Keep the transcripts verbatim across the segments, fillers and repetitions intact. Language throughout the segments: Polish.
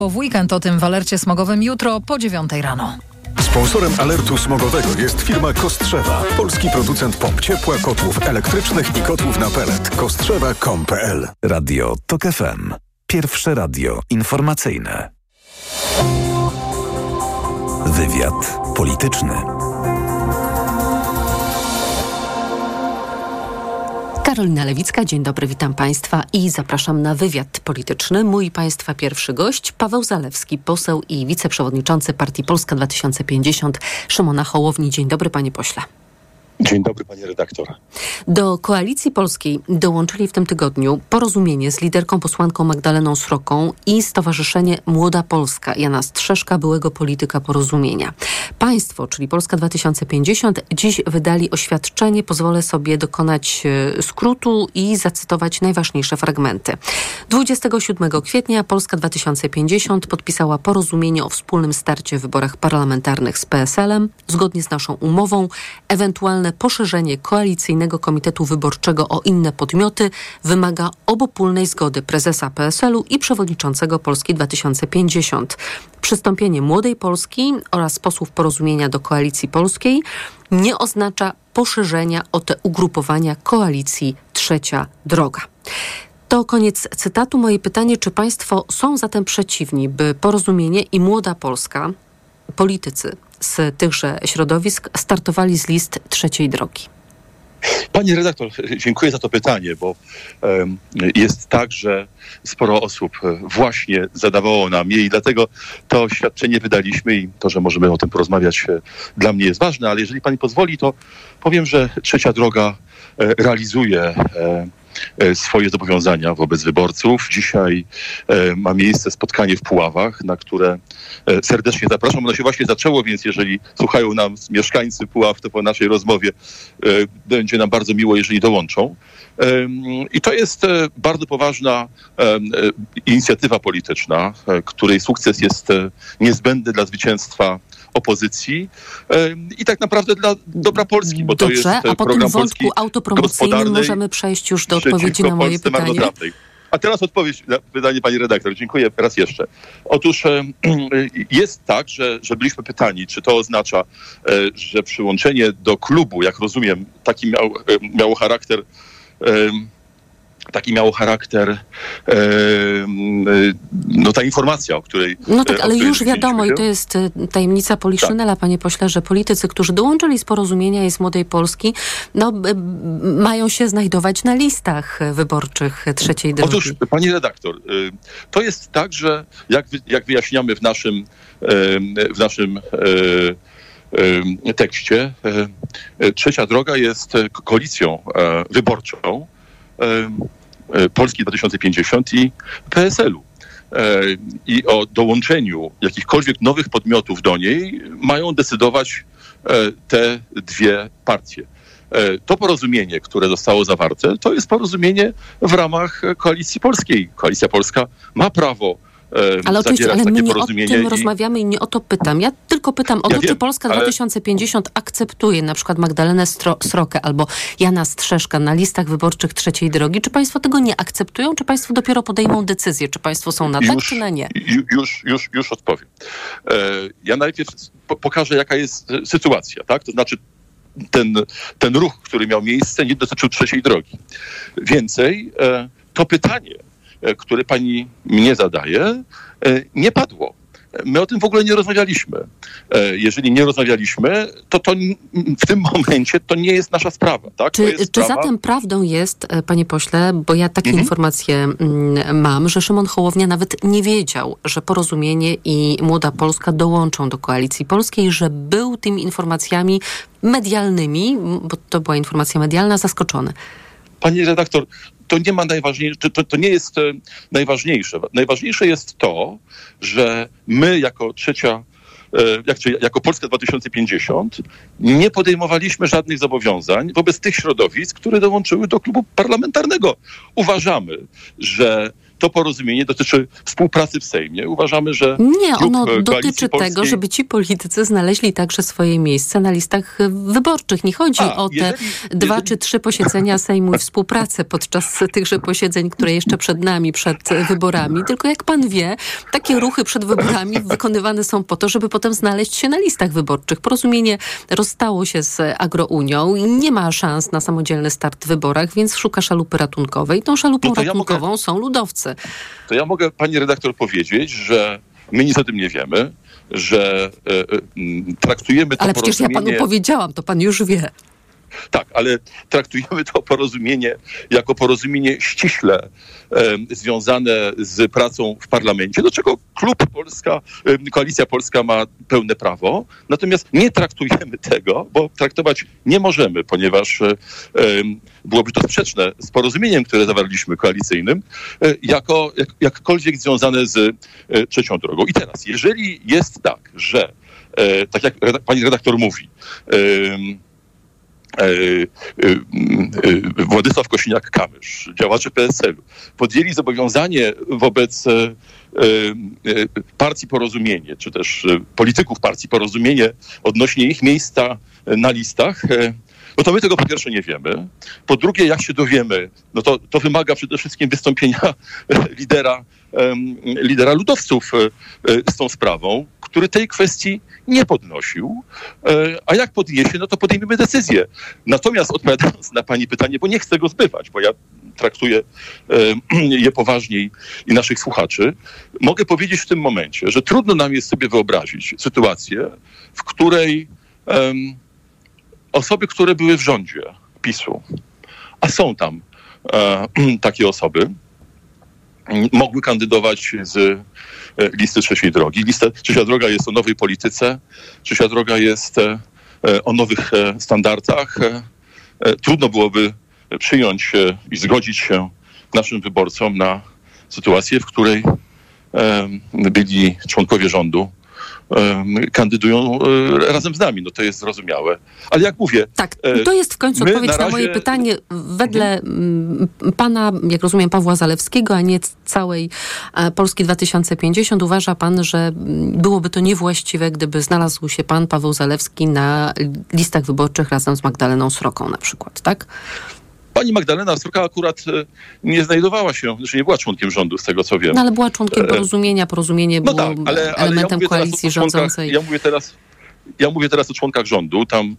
W weekend o tym w alercie smogowym jutro po dziewiątej rano. Sponsorem alertu smogowego jest firma Kostrzewa, polski producent pomp ciepła, kotłów elektrycznych i kotłów na pelet. kostrzewa kropka com kropka p l. Radio TOK F M. Pierwsze radio informacyjne. Wywiad polityczny. Karolina Lewicka, dzień dobry, witam Państwa i zapraszam na wywiad polityczny. Mój Państwa pierwszy gość, Paweł Zalewski, poseł i wiceprzewodniczący Partii Polska dwa tysiące pięćdziesiąt Szymona Hołowni. Dzień dobry, panie pośle. Dzień dobry, pani redaktor. Do Koalicji Polskiej dołączyli w tym tygodniu Porozumienie z liderką posłanką Magdaleną Sroką i Stowarzyszenie Młoda Polska Jana Strzeszka, byłego polityka Porozumienia. Państwo, czyli Polska dwa tysiące pięćdziesiąt, dziś wydali oświadczenie. Pozwolę sobie dokonać skrótu i zacytować najważniejsze fragmenty. dwudziestego siódmego kwietnia Polska dwa tysiące pięćdziesiąt podpisała porozumienie o wspólnym starcie w wyborach parlamentarnych z P S L-em. Zgodnie z naszą umową, ewentualne poszerzenie koalicyjnego komitetu wyborczego o inne podmioty wymaga obopólnej zgody prezesa P S L-u i przewodniczącego Polski dwa tysiące pięćdziesiąt. Przystąpienie Młodej Polski oraz posłów Porozumienia do Koalicji Polskiej nie oznacza poszerzenia o te ugrupowania koalicji Trzecia Droga. To koniec cytatu. Moje pytanie, czy państwo są zatem przeciwni, by Porozumienie i Młoda Polska, politycy z tychże środowisk, startowali z list Trzeciej Drogi? Pani redaktor, dziękuję za to pytanie, bo um, jest tak, że sporo osób właśnie zadawało nam je i dlatego to oświadczenie wydaliśmy i to, że możemy o tym porozmawiać, dla mnie jest ważne, ale jeżeli pani pozwoli, to powiem, że Trzecia Droga realizuje e, swoje zobowiązania wobec wyborców. Dzisiaj e, ma miejsce spotkanie w Puławach, na które e, serdecznie zapraszam. Ono się właśnie zaczęło, więc jeżeli słuchają nam mieszkańcy Puław, to po naszej rozmowie e, będzie nam bardzo miło, jeżeli dołączą. E, I to jest e, bardzo poważna e, inicjatywa polityczna, e, której sukces jest e, niezbędny dla zwycięstwa opozycji i tak naprawdę dla dobra Polski, bo Dobrze, to jest a po program tym wątku autopromocyjnym możemy przejść już do odpowiedzi na moje pytanie. A teraz odpowiedź na pytanie pani redaktor. Dziękuję raz jeszcze. Otóż jest tak, że, że byliśmy pytani, czy to oznacza, że przyłączenie do klubu, jak rozumiem, taki miał, miało charakter Taki miało charakter e, no ta informacja, o której... No tak, ale już wiadomo się. I to jest tajemnica poliszynela, tak, panie pośle, że politycy, którzy dołączyli z Porozumienia i z Młodej Polski, no mają się znajdować na listach wyborczych Trzeciej Drogi. Otóż, pani redaktor, to jest tak, że jak, jak wyjaśniamy w naszym, w naszym tekście, Trzecia Droga jest koalicją wyborczą Polski dwa tysiące pięćdziesiąt i P S L-u. I o dołączeniu jakichkolwiek nowych podmiotów do niej mają decydować te dwie partie. To porozumienie, które zostało zawarte, to jest porozumienie w ramach Koalicji Polskiej. Koalicja Polska ma prawo Ale oczywiście, ale my nie o tym i... rozmawiamy i nie o to pytam. Ja tylko pytam o ja to, wiem, czy Polska ale... dwa tysiące pięćdziesiąt akceptuje na przykład Magdalenę Stro- Srokę albo Jana Strzeszka na listach wyborczych Trzeciej Drogi. Czy państwo tego nie akceptują, czy państwo dopiero podejmą decyzję? Czy państwo są na tak, już, czy na nie? Już, już, już odpowiem. E, ja najpierw po- pokażę, jaka jest sytuacja, tak? To znaczy ten, ten ruch, który miał miejsce, nie dotyczył Trzeciej Drogi. Więcej, e, to pytanie, które pani mnie zadaje, nie padło. My o tym w ogóle nie rozmawialiśmy. Jeżeli nie rozmawialiśmy, to, to w tym momencie to nie jest nasza sprawa. Tak? Czy, jest czy sprawa... zatem prawdą jest, panie pośle, bo ja takie mhm. informacje mm, mam, że Szymon Hołownia nawet nie wiedział, że Porozumienie i Młoda Polska dołączą do Koalicji Polskiej, że był tymi informacjami medialnymi, bo to była informacja medialna, zaskoczony? Pani redaktor, to nie ma najważniejsze, to, to nie jest e, najważniejsze. Najważniejsze jest to, że my jako trzecia, e, jak, czy, jako Polska dwa tysiące pięćdziesiąt nie podejmowaliśmy żadnych zobowiązań wobec tych środowisk, które dołączyły do klubu parlamentarnego. Uważamy, że to porozumienie dotyczy współpracy w Sejmie. Uważamy, że Nie, klub ono Koalicji dotyczy Polskiej... tego, żeby ci politycy znaleźli także swoje miejsce na listach wyborczych. Nie chodzi A, o te jeżeli, dwa jeżeli... czy trzy posiedzenia Sejmu i współpracę podczas tychże posiedzeń, które jeszcze przed nami, przed wyborami. Tylko jak pan wie, takie ruchy przed wyborami wykonywane są po to, żeby potem znaleźć się na listach wyborczych. Porozumienie rozstało się z Agrounią i nie ma szans na samodzielny start w wyborach, więc szuka szalupy ratunkowej. Tą szalupą No to ja ratunkową mogę... są ludowcy. To ja mogę, pani redaktor, powiedzieć, że my nic o tym nie wiemy, że e, e, traktujemy to Ale przecież ja porozumienie... panu powiedziałam, to pan już wie. Tak, ale traktujemy to porozumienie jako porozumienie ściśle e, związane z pracą w parlamencie, do czego Klub Polska, e, Koalicja Polska ma pełne prawo. Natomiast nie traktujemy tego, bo traktować nie możemy, ponieważ e, e, byłoby to sprzeczne z porozumieniem, które zawarliśmy koalicyjnym, e, jako jak, jakkolwiek związane z e, trzecią drogą. I teraz, jeżeli jest tak, że e, tak jak redak- pani redaktor mówi, e, Władysław Kosiniak-Kamysz, działacze P S L-u, podjęli zobowiązanie wobec partii Porozumienie, czy też polityków partii Porozumienie odnośnie ich miejsca na listach, no to my tego po pierwsze nie wiemy. Po drugie, jak się dowiemy, no to, to wymaga przede wszystkim wystąpienia lidera, lidera ludowców z tą sprawą, który tej kwestii nie podnosił, a jak podniesie, no to podejmiemy decyzję. Natomiast odpowiadając na pani pytanie, bo nie chcę go zbywać, bo ja traktuję je poważniej i naszych słuchaczy, mogę powiedzieć w tym momencie, że trudno nam jest sobie wyobrazić sytuację, w której um, osoby, które były w rządzie PiS-u, a są tam e, takie osoby, mogły kandydować z listy Trzeciej Drogi. Lista Trzecia Droga jest o nowej polityce, Trzecia Droga jest e, o nowych e, standardach. E, trudno byłoby przyjąć e, i zgodzić się naszym wyborcom na sytuację, w której e, byli członkowie rządu kandydują razem z nami. No to jest zrozumiałe. Ale jak mówię... Tak, to jest w końcu odpowiedź na, razie... na moje pytanie. Wedle mhm. pana, jak rozumiem, Pawła Zalewskiego, a nie całej Polski dwa tysiące pięćdziesiąt, uważa pan, że byłoby to niewłaściwe, gdyby znalazł się pan, Paweł Zalewski, na listach wyborczych razem z Magdaleną Sroką na przykład, tak? Pani Magdalena Sroka akurat nie znajdowała się, znaczy nie była członkiem rządu, z tego co wiem. No ale była członkiem porozumienia, porozumienie no było tak, ale, ale elementem ja koalicji członkach, rządzącej. Ja mówię, teraz, ja mówię teraz o członkach rządu, tam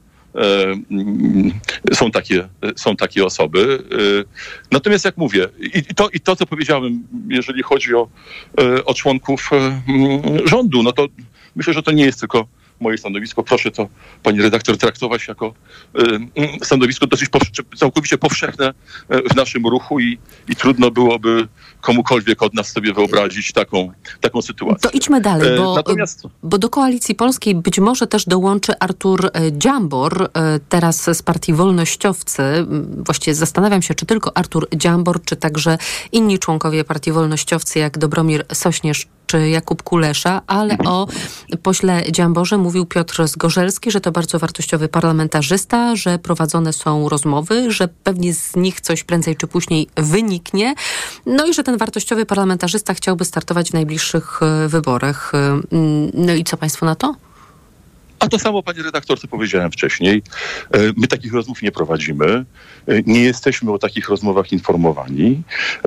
e, są, takie, są takie osoby. E, natomiast jak mówię, i, i, to, i to, co powiedziałem, jeżeli chodzi o, e, o członków e, rządu, no to myślę, że to nie jest tylko moje stanowisko. Proszę to, pani redaktor, traktować jako y, stanowisko dosyć pow- całkowicie powszechne w naszym ruchu i, i trudno byłoby komukolwiek od nas sobie wyobrazić taką, taką sytuację. To idźmy dalej, bo, Natomiast... bo do Koalicji Polskiej być może też dołączy Artur Dziambor, teraz z partii Wolnościowcy. Właściwie zastanawiam się, czy tylko Artur Dziambor, czy także inni członkowie partii Wolnościowcy, jak Dobromir Sośnierz czy Jakub Kulesza, ale o pośle Dziamborze mówił Piotr Zgorzelski, że to bardzo wartościowy parlamentarzysta, że prowadzone są rozmowy, że pewnie z nich coś prędzej czy później wyniknie, no i że ten wartościowy parlamentarzysta chciałby startować w najbliższych wyborach. No i co państwo na to? A to samo, pani redaktor, co powiedziałem wcześniej. My takich rozmów nie prowadzimy. Nie jesteśmy o takich rozmowach informowani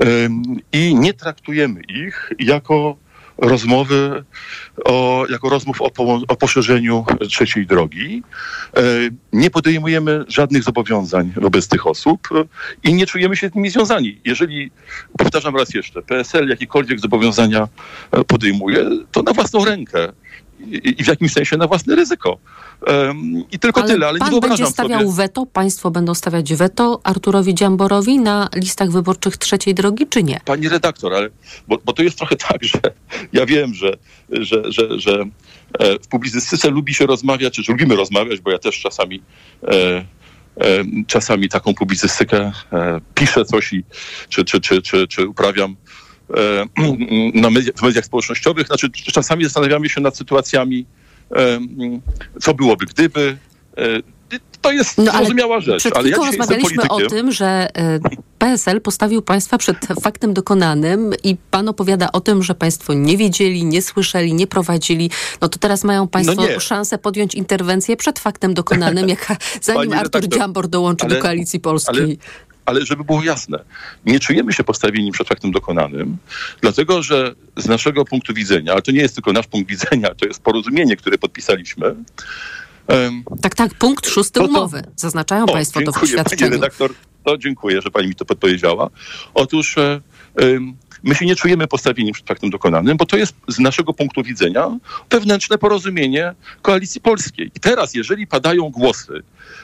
i nie traktujemy ich jako rozmowy, o, jako rozmów o, po, o poszerzeniu trzeciej drogi. E, nie podejmujemy żadnych zobowiązań wobec tych osób i nie czujemy się z nimi związani. Jeżeli, powtarzam raz jeszcze, P S L jakiekolwiek zobowiązania podejmuje, to na własną rękę i, i w jakimś sensie na własne ryzyko. Um, I tylko ale tyle, ale pan nie wyobrażam będzie stawiał sobie... weto, państwo będą stawiać weto Arturowi Dziamborowi na listach wyborczych trzeciej drogi, czy nie? Pani redaktor, ale bo, bo to jest trochę tak, że ja wiem, że, że, że, że w publicystyce lubi się rozmawiać, czy lubimy rozmawiać, bo ja też czasami e, e, czasami taką publicystykę e, piszę coś i czy, czy, czy, czy, czy uprawiam e, na media, w mediach społecznościowych. Znaczy czasami zastanawiamy się nad sytuacjami, e, co byłoby gdyby. E, to jest no, zrozumiała rzecz. Przed ale ja chwilą rozmawialiśmy o tym, że P S L postawił państwa przed faktem dokonanym i pan opowiada o tym, że państwo nie wiedzieli, nie słyszeli, nie prowadzili. No to teraz mają państwo no szansę podjąć interwencję przed faktem dokonanym, jak, zanim Panie Artur redaktor, Dziambor dołączy ale, do Koalicji Polskiej. Ale, ale żeby było jasne, nie czujemy się postawieni przed faktem dokonanym, dlatego że z naszego punktu widzenia, ale to nie jest tylko nasz punkt widzenia, to jest porozumienie, które podpisaliśmy. Um, tak, tak, punkt szósty to, to, umowy. Zaznaczają o, państwo dziękuję, to w oświadczeniu. Pani redaktor, to dziękuję, że pani mi to podpowiedziała. Otóż e, e, my się nie czujemy postawieni przed faktem dokonanym, bo to jest z naszego punktu widzenia wewnętrzne porozumienie Koalicji Polskiej. I teraz, jeżeli padają głosy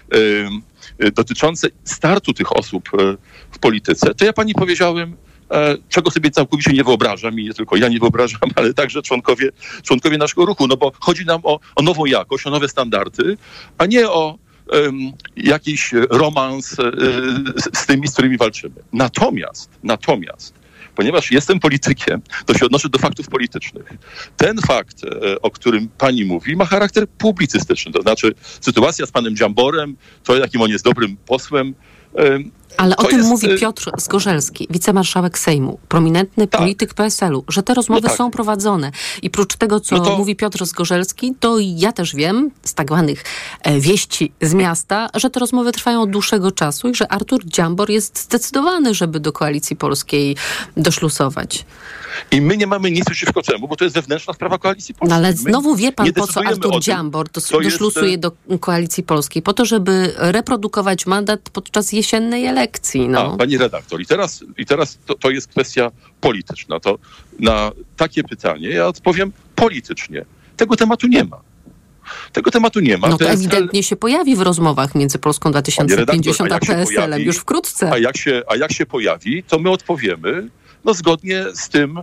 e, dotyczące startu tych osób e, w polityce, to ja pani powiedziałem, e, czego sobie całkowicie nie wyobrażam i nie tylko ja nie wyobrażam, ale także członkowie, członkowie naszego ruchu, no bo chodzi nam o, o nową jakość, o nowe standardy, a nie o um, jakiś romans e, z, z tymi, z którymi walczymy. Natomiast, natomiast, ponieważ jestem politykiem, to się odnoszę do faktów politycznych. Ten fakt, o którym pani mówi, ma charakter publicystyczny. To znaczy sytuacja z panem Dziamborem, to jakim on jest dobrym posłem. Ale o tym jest... mówi Piotr Zgorzelski, wicemarszałek Sejmu, prominentny tak. polityk P S L-u, że te rozmowy no tak. są prowadzone. I prócz tego, co no to... mówi Piotr Zgorzelski, to ja też wiem z tak zwanych e, wieści z miasta, że te rozmowy trwają od dłuższego czasu i że Artur Dziambor jest zdecydowany, żeby do Koalicji Polskiej doszlusować. I my nie mamy nic przeciwko temu, bo to jest wewnętrzna sprawa Koalicji Polskiej. No ale znowu wie pan, po co Artur tym, Dziambor doszlusuje jest... do Koalicji Polskiej? Po to, żeby reprodukować mandat podczas jesiennej elekcji. No. A, pani redaktor, i teraz, i teraz to, to jest kwestia polityczna. To na takie pytanie ja odpowiem politycznie. Tego tematu nie ma. Tego tematu nie ma. No to P S L... ewidentnie się pojawi w rozmowach między Polską dwa tysiące pięćdziesiąt a P S L-em pojawi, już wkrótce. A jak, się, a jak się pojawi, to my odpowiemy no zgodnie z tym,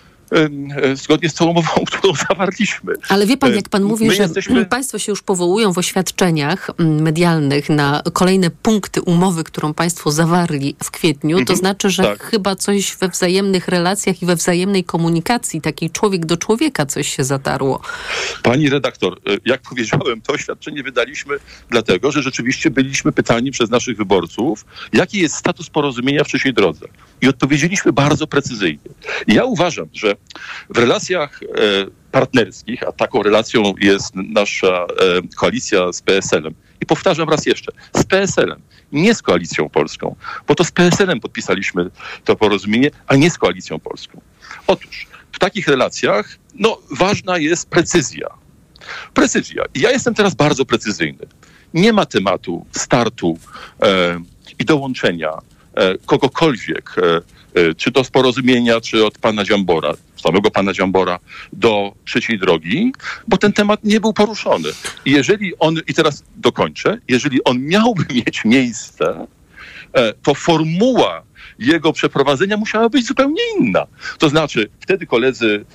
zgodnie z tą umową, którą zawarliśmy. Ale wie pan, jak pan mówi, My że jesteśmy... państwo się już powołują w oświadczeniach medialnych na kolejne punkty umowy, którą państwo zawarli w kwietniu, to mm-hmm. znaczy, że tak. chyba coś we wzajemnych relacjach i we wzajemnej komunikacji, takiej człowiek do człowieka coś się zatarło. Pani redaktor, jak powiedziałem, to oświadczenie wydaliśmy dlatego, że rzeczywiście byliśmy pytani przez naszych wyborców, jaki jest status porozumienia w przyszłej drodze. I odpowiedzieliśmy bardzo precyzyjnie. I ja uważam, że w relacjach e, partnerskich, a taką relacją jest nasza e, koalicja z P S L-em, i powtarzam raz jeszcze, z P S L-em, nie z Koalicją Polską, bo to z P S L-em podpisaliśmy to porozumienie, a nie z Koalicją Polską. Otóż w takich relacjach no, ważna jest precyzja. Precyzja. I ja jestem teraz bardzo precyzyjny. Nie ma tematu startu e, i dołączenia e, kogokolwiek, e, czy to z porozumienia, czy od pana Dziambora, samego pana Dziambora, do trzeciej drogi, bo ten temat nie był poruszony. I jeżeli on, i teraz dokończę, jeżeli on miałby mieć miejsce, to formuła jego przeprowadzenia musiała być zupełnie inna. To znaczy, wtedy koledzy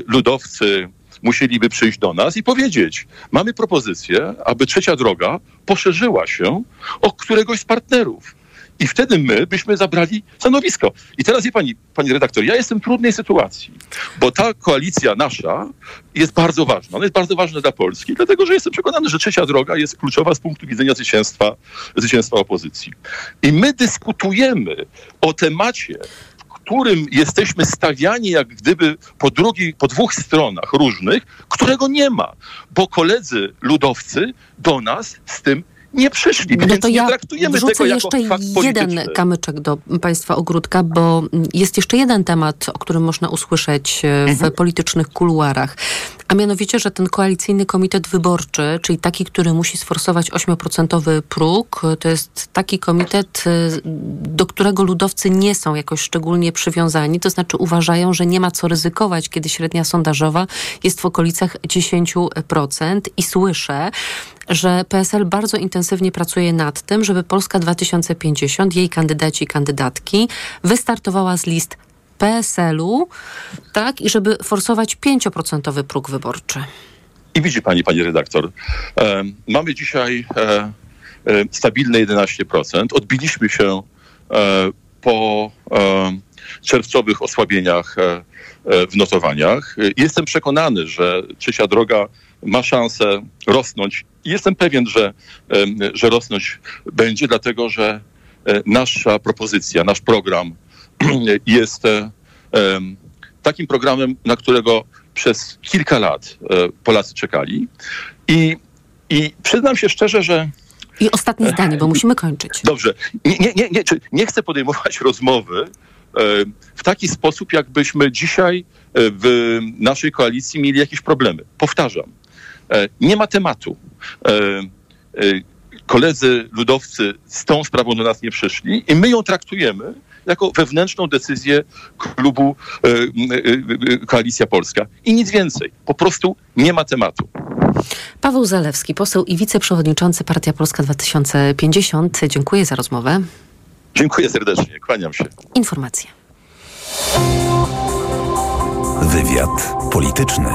ludowcy musieliby przyjść do nas i powiedzieć, mamy propozycję, aby trzecia droga poszerzyła się o któregoś z partnerów. I wtedy my byśmy zabrali stanowisko. I teraz wie pani, pani redaktor, ja jestem w trudnej sytuacji, bo ta koalicja nasza jest bardzo ważna. Ona jest bardzo ważna dla Polski, dlatego że jestem przekonany, że trzecia droga jest kluczowa z punktu widzenia zwycięstwa, zwycięstwa opozycji. I my dyskutujemy o temacie, w którym jesteśmy stawiani jak gdyby po, drugiej, po dwóch stronach różnych, którego nie ma, bo koledzy ludowcy do nas z tym nie przyszli, no więc to ja nie traktujemy wrzucę tego jako jeszcze fakt jeden polityczny. kamyczek do państwa ogródka, bo jest jeszcze jeden temat, o którym można usłyszeć w mhm. politycznych kuluarach, a mianowicie, że ten koalicyjny komitet wyborczy, czyli taki, który musi sforsować ośmioprocentowy próg, to jest taki komitet, do którego ludowcy nie są jakoś szczególnie przywiązani, to znaczy uważają, że nie ma co ryzykować, kiedy średnia sondażowa jest w okolicach dziesięć procent i słyszę, że P S L bardzo intensywnie pracuje nad tym, żeby Polska dwa tysiące pięćdziesiąt, jej kandydaci i kandydatki wystartowała z list P S L-u, tak, i żeby forsować pięcioprocentowy próg wyborczy. I widzi pani, pani redaktor, e, mamy dzisiaj e, e, stabilne jedenaście procent. Odbiliśmy się e, po, e, czerwcowych osłabieniach w notowaniach. Jestem przekonany, że Trzecia Droga ma szansę rosnąć i jestem pewien, że, że rosnąć będzie, dlatego że nasza propozycja, nasz program jest takim programem, na którego przez kilka lat Polacy czekali. I, i przyznam się szczerze, że... I ostatnie zdanie, bo musimy kończyć. Dobrze. Nie, nie, nie, nie, nie chcę podejmować rozmowy w taki sposób, jakbyśmy dzisiaj w naszej koalicji mieli jakieś problemy. Powtarzam, nie ma tematu. Koledzy ludowcy z tą sprawą do nas nie przyszli i my ją traktujemy jako wewnętrzną decyzję klubu Koalicja Polska. I nic więcej. Po prostu nie ma tematu. Paweł Zalewski, poseł i wiceprzewodniczący Partia Polska dwa tysiące pięćdziesiąt. Dziękuję za rozmowę. Dziękuję serdecznie. Kłaniam się. Informacje. Wywiad polityczny.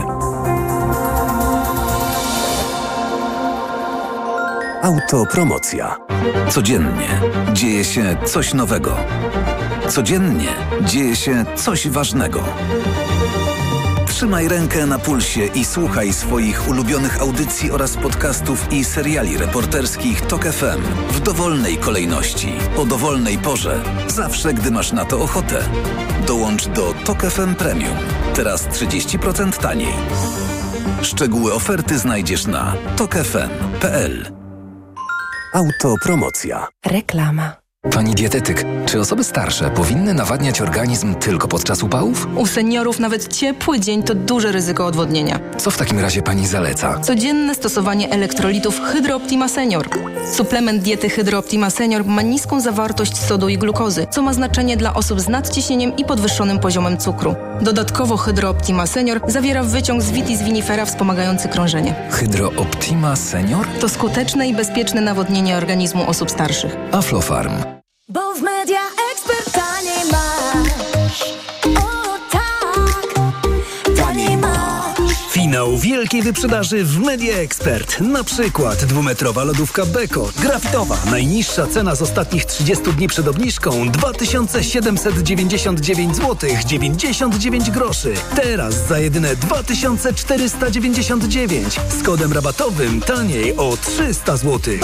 Autopromocja. Codziennie dzieje się coś nowego. Codziennie dzieje się coś ważnego. Trzymaj rękę na pulsie i słuchaj swoich ulubionych audycji oraz podcastów i seriali reporterskich TOK F M w dowolnej kolejności, o dowolnej porze, zawsze gdy masz na to ochotę. Dołącz do TOK F M Premium. Teraz trzydzieści procent taniej. Szczegóły oferty znajdziesz na tok f m kropka p l. Autopromocja. Reklama. Pani dietetyk, czy osoby starsze powinny nawadniać organizm tylko podczas upałów? U seniorów nawet ciepły dzień to duże ryzyko odwodnienia. Co w takim razie pani zaleca? Codzienne stosowanie elektrolitów Hydro Optima Senior. Suplement diety Hydro Optima Senior ma niską zawartość sodu i glukozy, co ma znaczenie dla osób z nadciśnieniem i podwyższonym poziomem cukru. Dodatkowo Hydro Optima Senior zawiera wyciąg z Vitis vinifera wspomagający krążenie. Hydro Optima Senior? To skuteczne i bezpieczne nawodnienie organizmu osób starszych. Aflofarm. Bo w Media Expert taniej masz. O tak, taniej masz. Finał wielkiej wyprzedaży w Media Expert. Na przykład dwumetrowa lodówka Beko, grafitowa. Najniższa cena z ostatnich trzydziestu dni przed obniżką dwa tysiące siedemset dziewięćdziesiąt dziewięć złotych dziewięćdziesiąt dziewięć groszy. Teraz za jedyne dwa tysiące czterysta dziewięćdziesiąt dziewięć. Z kodem rabatowym taniej o trzysta złotych.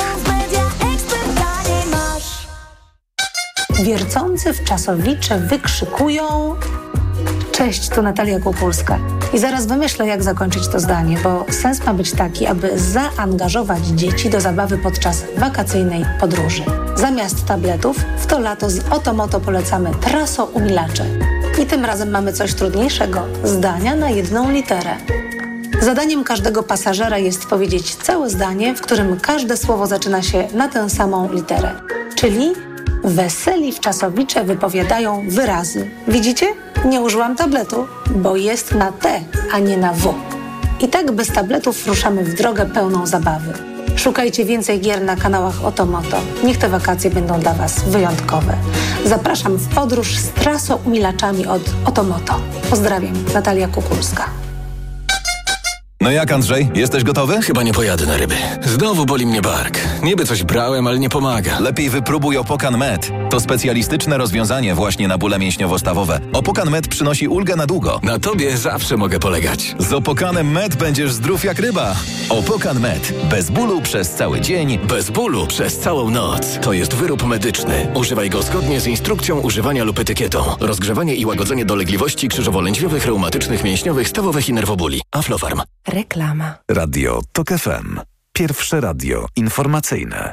Wiercący w czasowicze wykrzykują... Cześć, tu Natalia Kukulska. I zaraz wymyślę, jak zakończyć to zdanie, bo sens ma być taki, aby zaangażować dzieci do zabawy podczas wakacyjnej podróży. Zamiast tabletów w to lato z Otomoto polecamy Traso-umilacze. I tym razem mamy coś trudniejszego. Zdania na jedną literę. Zadaniem każdego pasażera jest powiedzieć całe zdanie, w którym każde słowo zaczyna się na tę samą literę. Czyli... Weseli w czasowicze wypowiadają wyrazy. Widzicie? Nie użyłam tabletu, bo jest na T, a nie na W. I tak bez tabletów ruszamy w drogę pełną zabawy. Szukajcie więcej gier na kanałach Otomoto. Niech te wakacje będą dla Was wyjątkowe. Zapraszam w podróż z Traso-umilaczami od Otomoto. Pozdrawiam, Natalia Kukulska. No jak, Andrzej? Jesteś gotowy? Chyba nie pojadę na ryby. Znowu boli mnie bark. Niby coś brałem, ale nie pomaga. Lepiej wypróbuj Opokan Med. To specjalistyczne rozwiązanie właśnie na bóle mięśniowo-stawowe. Opokan Med przynosi ulgę na długo. Na tobie zawsze mogę polegać. Z Opokanem Med będziesz zdrów jak ryba. Opokan Med. Bez bólu przez cały dzień. Bez bólu przez całą noc. To jest wyrób medyczny. Używaj go zgodnie z instrukcją używania lub etykietą. Rozgrzewanie i łagodzenie dolegliwości krzyżowo-lędźwiowych, reumatycznych, mięśniowych, stawowych i nerwobóli. Aflofarm. Reklama. Radio TOK F M. Pierwsze radio informacyjne.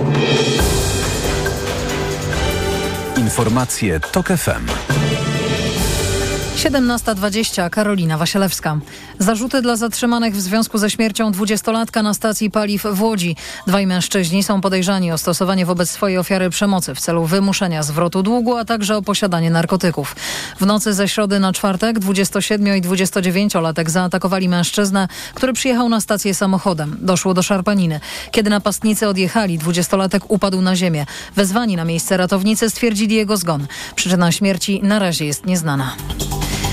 Informacje TOK F M. siedemnasta dwadzieścia. Karolina Wasielewska. Zarzuty dla zatrzymanych w związku ze śmiercią dwudziestolatka na stacji paliw w Łodzi. Dwaj mężczyźni są podejrzani o stosowanie wobec swojej ofiary przemocy w celu wymuszenia zwrotu długu, a także o posiadanie narkotyków. W nocy ze środy na czwartek dwudziestosiedmiu- i dwudziestodziewięciolatek zaatakowali mężczyznę, który przyjechał na stację samochodem. Doszło do szarpaniny. Kiedy napastnicy odjechali, dwudziestolatek upadł na ziemię. Wezwani na miejsce ratownicy stwierdzili jego zgon. Przyczyna śmierci na razie jest nieznana. W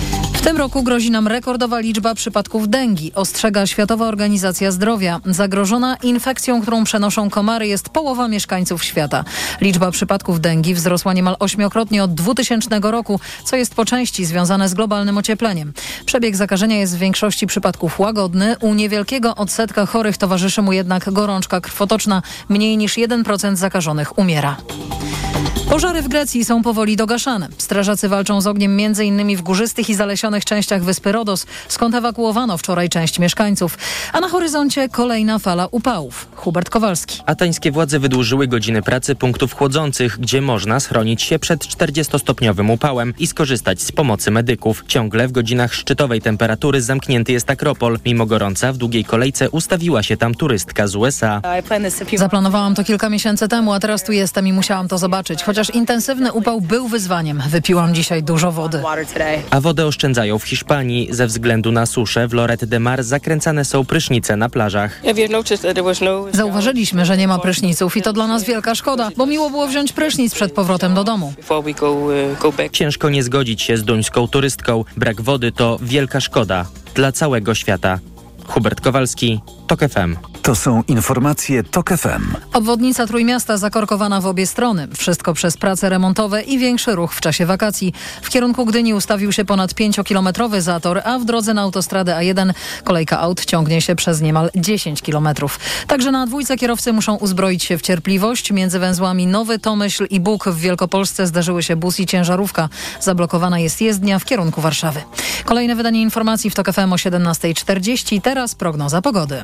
tym roku grozi nam rekordowa liczba przypadków dengi, ostrzega Światowa Organizacja Zdrowia. Zagrożona infekcją, którą przenoszą komary, jest połowa mieszkańców świata. Liczba przypadków dengi wzrosła niemal ośmiokrotnie od dwutysięcznego roku, co jest po części związane z globalnym ociepleniem. Przebieg zakażenia jest w większości przypadków łagodny. U niewielkiego odsetka chorych towarzyszy mu jednak gorączka krwotoczna. Mniej niż jeden procent zakażonych umiera. Pożary w Grecji są powoli dogaszane. Strażacy walczą z ogniem między innymi w górzystych i zalesionych częściach wyspy Rodos, skąd ewakuowano wczoraj część mieszkańców. A na horyzoncie kolejna fala upałów. Hubert Kowalski. Atańskie władze wydłużyły godziny pracy punktów chłodzących, gdzie można schronić się przed czterdziestostopniowym upałem i skorzystać z pomocy medyków. Ciągle w godzinach szczytowej temperatury zamknięty jest Akropol. Mimo gorąca w długiej kolejce ustawiła się tam turystka z U S A. Zaplanowałam to kilka miesięcy temu, a teraz tu jestem i musiałam to zobaczyć. Chociaż intensywny upał był wyzwaniem. Wypiłam dzisiaj dużo wody. A wodę oszczędzają w Hiszpanii. Ze względu na suszę w Lloret de Mar zakręcane są prysznice na plażach. Zauważyliśmy, że nie ma pryszniców i to dla nas wielka szkoda, bo miło było wziąć prysznic przed powrotem do domu. Ciężko nie zgodzić się z duńską turystką. Brak wody to wielka szkoda dla całego świata. Hubert Kowalski, TOK F M. To są informacje TOK F M. Obwodnica Trójmiasta zakorkowana w obie strony. Wszystko przez prace remontowe i większy ruch w czasie wakacji. W kierunku Gdyni ustawił się ponad pięciokilometrowy zator, a w drodze na autostradę A jeden kolejka aut ciągnie się przez niemal dziesięć kilometrów. Także na dwójce kierowcy muszą uzbroić się w cierpliwość. Między węzłami Nowy Tomyśl i Bóg w Wielkopolsce zdarzyły się bus i ciężarówka. Zablokowana jest jezdnia w kierunku Warszawy. Kolejne wydanie informacji w TOK F M o siedemnasta czterdzieści. Teraz prognoza pogody.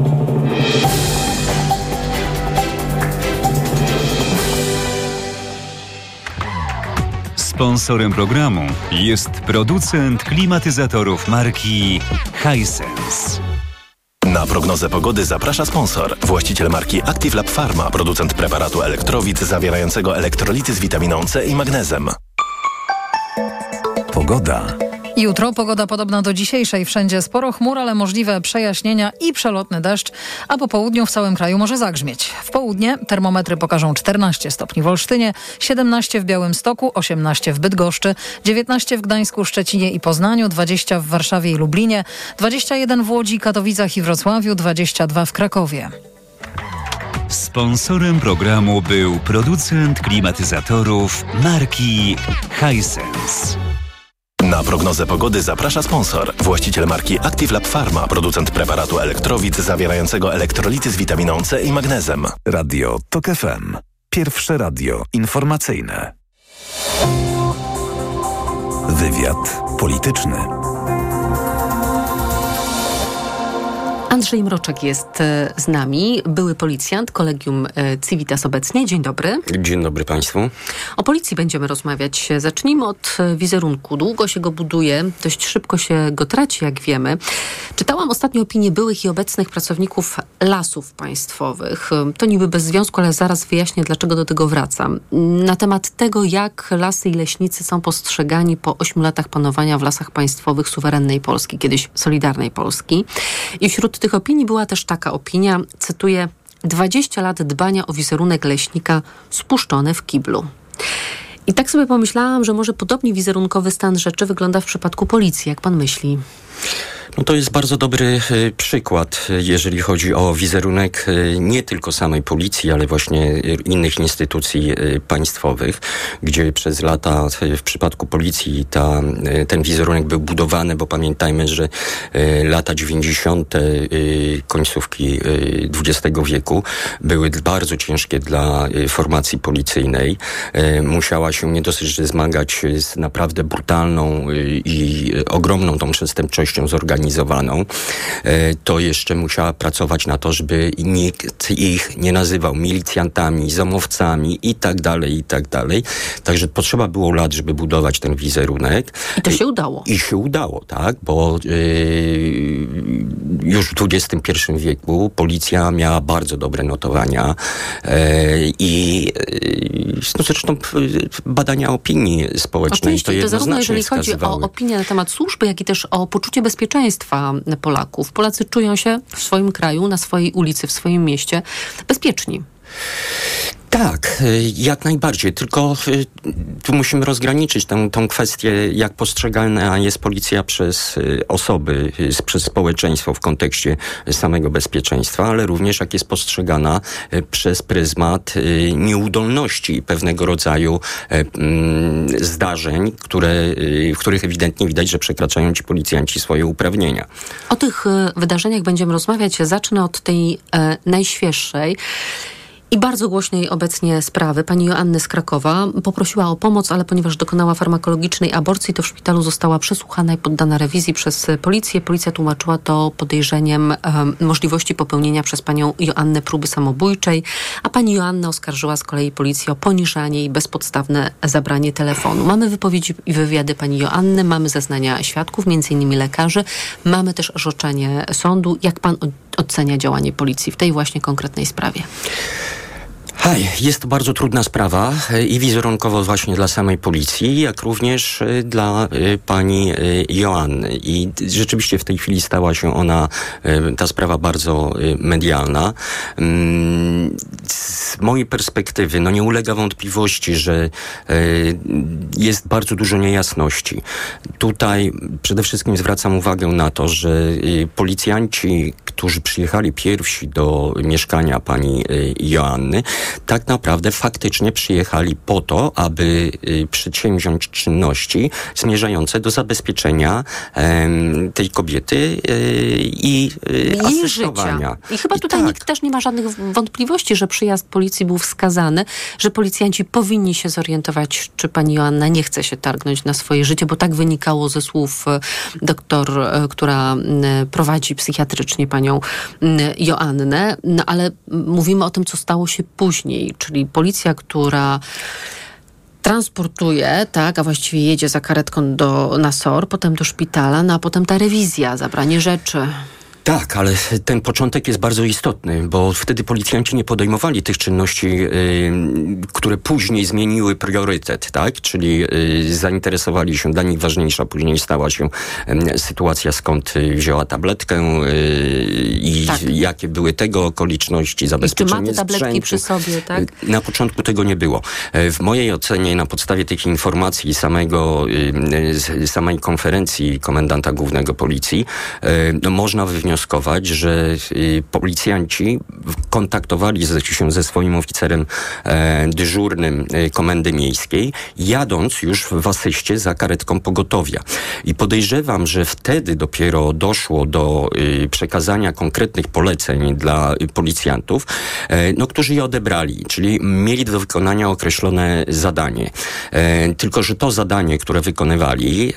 Sponsorem programu jest producent klimatyzatorów marki Hisense. Na prognozę pogody zaprasza sponsor. Właściciel marki Active Lab Pharma, producent preparatu elektrowid zawierającego elektrolity z witaminą C i magnezem. Pogoda. Jutro pogoda podobna do dzisiejszej. Wszędzie sporo chmur, ale możliwe przejaśnienia i przelotny deszcz, a po południu w całym kraju może zagrzmieć. W południe termometry pokażą czternaście stopni w Olsztynie, siedemnaście w Białymstoku, osiemnaście w Bydgoszczy, dziewiętnaście w Gdańsku, Szczecinie i Poznaniu, dwadzieścia w Warszawie i Lublinie, dwadzieścia jeden w Łodzi, Katowicach i Wrocławiu, dwadzieścia dwa w Krakowie. Sponsorem programu był producent klimatyzatorów marki Hisense. Na prognozę pogody zaprasza sponsor. Właściciel marki Active Lab Pharma, producent preparatu elektrowid zawierającego elektrolity z witaminą C i magnezem. Radio TOK F M. Pierwsze radio informacyjne. Wywiad polityczny. Andrzej Mroczek jest z nami, były policjant, Kolegium Civitas obecnie. Dzień dobry. Dzień dobry Państwu. O policji będziemy rozmawiać. Zacznijmy od wizerunku. Długo się go buduje, dość szybko się go traci, jak wiemy. Czytałam ostatnio opinie byłych i obecnych pracowników Lasów Państwowych. To niby bez związku, ale zaraz wyjaśnię, dlaczego do tego wracam. Na temat tego, jak lasy i leśnicy są postrzegani po ośmiu latach panowania w Lasach Państwowych suwerennej Polski, kiedyś Solidarnej Polski. I wśród tych opinii była też taka opinia, cytuję, dwadzieścia lat dbania o wizerunek leśnika spuszczone w kiblu. I tak sobie pomyślałam, że może podobnie wizerunkowy stan rzeczy wygląda w przypadku policji. Jak pan myśli? No to jest bardzo dobry y, przykład, jeżeli chodzi o wizerunek y, nie tylko samej policji, ale właśnie y, innych instytucji y, państwowych, gdzie przez lata y, w przypadku policji ta, y, ten wizerunek był budowany, bo pamiętajmy, że y, lata dziewięćdziesiąte y, końcówki y, dwudziestego wieku były bardzo ciężkie dla y, formacji policyjnej. Y, musiała się nie dosyć, że zmagać z naprawdę brutalną y, i y, ogromną tą przestępczością zorganizowaną, to jeszcze musiała pracować na to, żeby nikt ich nie nazywał milicjantami, zomowcami i tak dalej, i tak dalej. Także potrzeba było lat, żeby budować ten wizerunek. I to się udało. I się udało, tak, bo yy, już w dwudziestym pierwszym wieku policja miała bardzo dobre notowania yy, i yy, no zresztą badania opinii społecznej Oczywiście, to to zarówno jeżeli wskazywały. chodzi o opinię na temat służby, jak i też o poczucie bezpieczeństwa Polaków. Polacy czują się w swoim kraju, na swojej ulicy, w swoim mieście bezpieczni. Tak, jak najbardziej, tylko tu musimy rozgraniczyć tę, tą kwestię, jak postrzegana jest policja przez osoby, przez społeczeństwo w kontekście samego bezpieczeństwa, ale również jak jest postrzegana przez pryzmat nieudolności pewnego rodzaju zdarzeń, które, w których ewidentnie widać, że przekraczają ci policjanci swoje uprawnienia. O tych wydarzeniach będziemy rozmawiać. Zacznę od tej e, najświeższej i bardzo głośnej obecnie sprawy. Pani Joanny z Krakowa poprosiła o pomoc, ale ponieważ dokonała farmakologicznej aborcji, to w szpitalu została przesłuchana i poddana rewizji przez policję. Policja tłumaczyła to podejrzeniem um, możliwości popełnienia przez panią Joannę próby samobójczej, a pani Joanna oskarżyła z kolei policję o poniżanie i bezpodstawne zabranie telefonu. Mamy wypowiedzi i wywiady pani Joanny, mamy zeznania świadków, między innymi lekarzy, mamy też orzeczenie sądu. Jak pan ocenia działanie policji w tej właśnie konkretnej sprawie? Hej, jest to bardzo trudna sprawa i wizerunkowo właśnie dla samej policji, jak również dla pani Joanny. I rzeczywiście w tej chwili stała się ona, ta sprawa bardzo medialna. Z mojej perspektywy, no nie ulega wątpliwości, że jest bardzo dużo niejasności. Tutaj przede wszystkim zwracam uwagę na to, że policjanci, którzy przyjechali pierwsi do mieszkania pani Joanny, tak naprawdę faktycznie przyjechali po to, aby y, przedsięwziąć czynności zmierzające do zabezpieczenia y, tej kobiety y, i y, asystowania. I chyba tutaj I tak. nikt też nie ma żadnych wątpliwości, że przyjazd policji był wskazany, że policjanci powinni się zorientować, czy pani Joanna nie chce się targnąć na swoje życie, bo tak wynikało ze słów doktor, która prowadzi psychiatrycznie panią Joannę. No ale mówimy o tym, co stało się później, czyli policja, która transportuje, tak, a właściwie jedzie za karetką do, na S O R, potem do szpitala, no a potem ta rewizja, zabranie rzeczy. Tak, ale ten początek jest bardzo istotny, bo wtedy policjanci nie podejmowali tych czynności, yy, które później zmieniły priorytet, tak? Czyli yy, zainteresowali się, dla nich ważniejsza później stała się yy, sytuacja, skąd wzięła tabletkę yy, i tak. jakie były tego okoliczności, zabezpieczenie I czy ma te tabletki sprzętu. przy sobie, tak? Na początku tego nie było. W mojej ocenie, na podstawie tych informacji samego, yy, samej konferencji komendanta głównego policji, yy, no, można wywnioskować, wnioskować, że y, policjanci kontaktowali ze, się ze swoim oficerem e, dyżurnym e, Komendy Miejskiej, jadąc już w asyście za karetką pogotowia. I podejrzewam, że wtedy dopiero doszło do y, przekazania konkretnych poleceń dla y, policjantów, e, no, którzy je odebrali, czyli mieli do wykonania określone zadanie. E, tylko, że to zadanie, które wykonywali,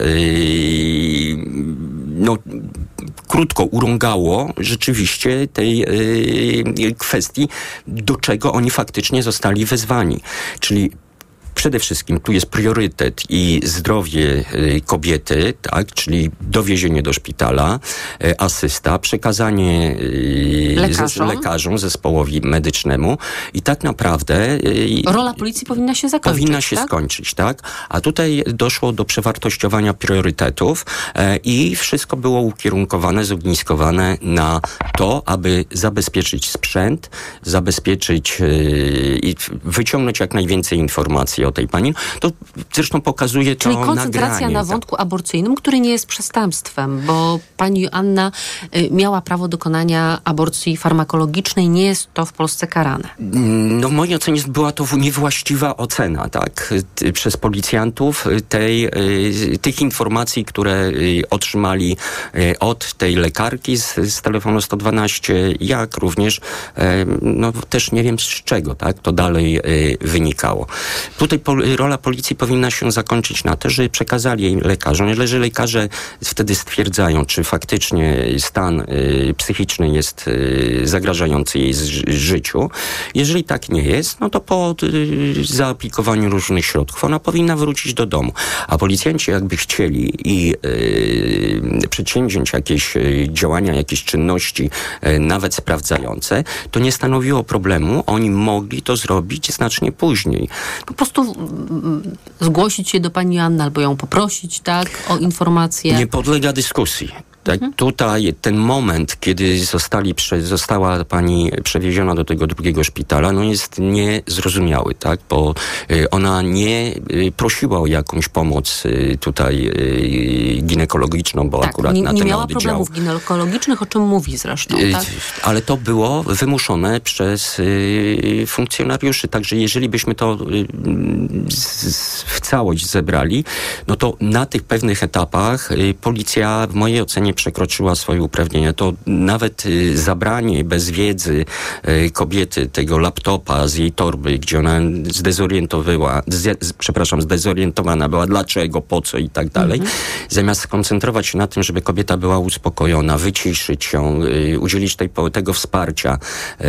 y, no, krótko urągało rzeczywiście tej yy, kwestii, do czego oni faktycznie zostali wezwani. Czyli przede wszystkim tu jest priorytet i zdrowie y, kobiety, tak, czyli dowiezienie do szpitala, y, asysta, przekazanie y, lekarzom. Zes- lekarzom, zespołowi medycznemu i tak naprawdę... Y, Rola policji powinna się zakończyć, Powinna się tak? skończyć, tak? A tutaj doszło do przewartościowania priorytetów y, i wszystko było ukierunkowane, zogniskowane na to, aby zabezpieczyć sprzęt, zabezpieczyć y, i wyciągnąć jak najwięcej informacji o tej pani. To zresztą pokazuje Czyli to koncentracja nagranie. na wątku aborcyjnym, który nie jest przestępstwem, bo pani Joanna y, miała prawo dokonania aborcji farmakologicznej. Nie jest to w Polsce karane. No w mojej ocenie była to niewłaściwa ocena, tak? Ty, przez policjantów tej, y, tych informacji, które y, otrzymali y, od tej lekarki z, z telefonu sto dwanaście, jak również y, no też nie wiem z czego, tak? To dalej y, wynikało. Tutaj pol- rola policji powinna się zakończyć na to, że przekazali jej lekarzom, jeżeli lekarze wtedy stwierdzają, czy faktycznie stan y, psychiczny jest y, zagrażający jej z- życiu. Jeżeli tak nie jest, no to po y, zaaplikowaniu różnych środków ona powinna wrócić do domu. A policjanci jakby chcieli i y, przedsięwziąć jakieś y, działania, jakieś czynności, y, nawet sprawdzające, to nie stanowiło problemu. Oni mogli to zrobić znacznie później. Po prostu mm, zgłosić się do pani Joanny albo ją poprosić, tak, o informację. Nie podlega dyskusji. Tak, Mhm. tutaj ten moment, kiedy zostali, prze, została pani przewieziona do tego drugiego szpitala, no jest niezrozumiały, tak, bo y, ona nie y, prosiła o jakąś pomoc y, tutaj y, ginekologiczną, bo tak, akurat nie, na nie ten miała oddział. problemów ginekologicznych, o czym mówi zresztą, Y, tak? Ale to było wymuszone przez y, funkcjonariuszy, także jeżeli byśmy to y, z, w całość zebrali, no to na tych pewnych etapach y, policja w mojej ocenie przekroczyła swoje uprawnienia. To nawet y, zabranie bez wiedzy y, kobiety tego laptopa z jej torby, gdzie ona zdezorientowała, z, przepraszam, zdezorientowana była, dlaczego, po co i tak dalej, mhm. zamiast skoncentrować się na tym, żeby kobieta była uspokojona, wyciszyć ją, y, udzielić tej, tego wsparcia y,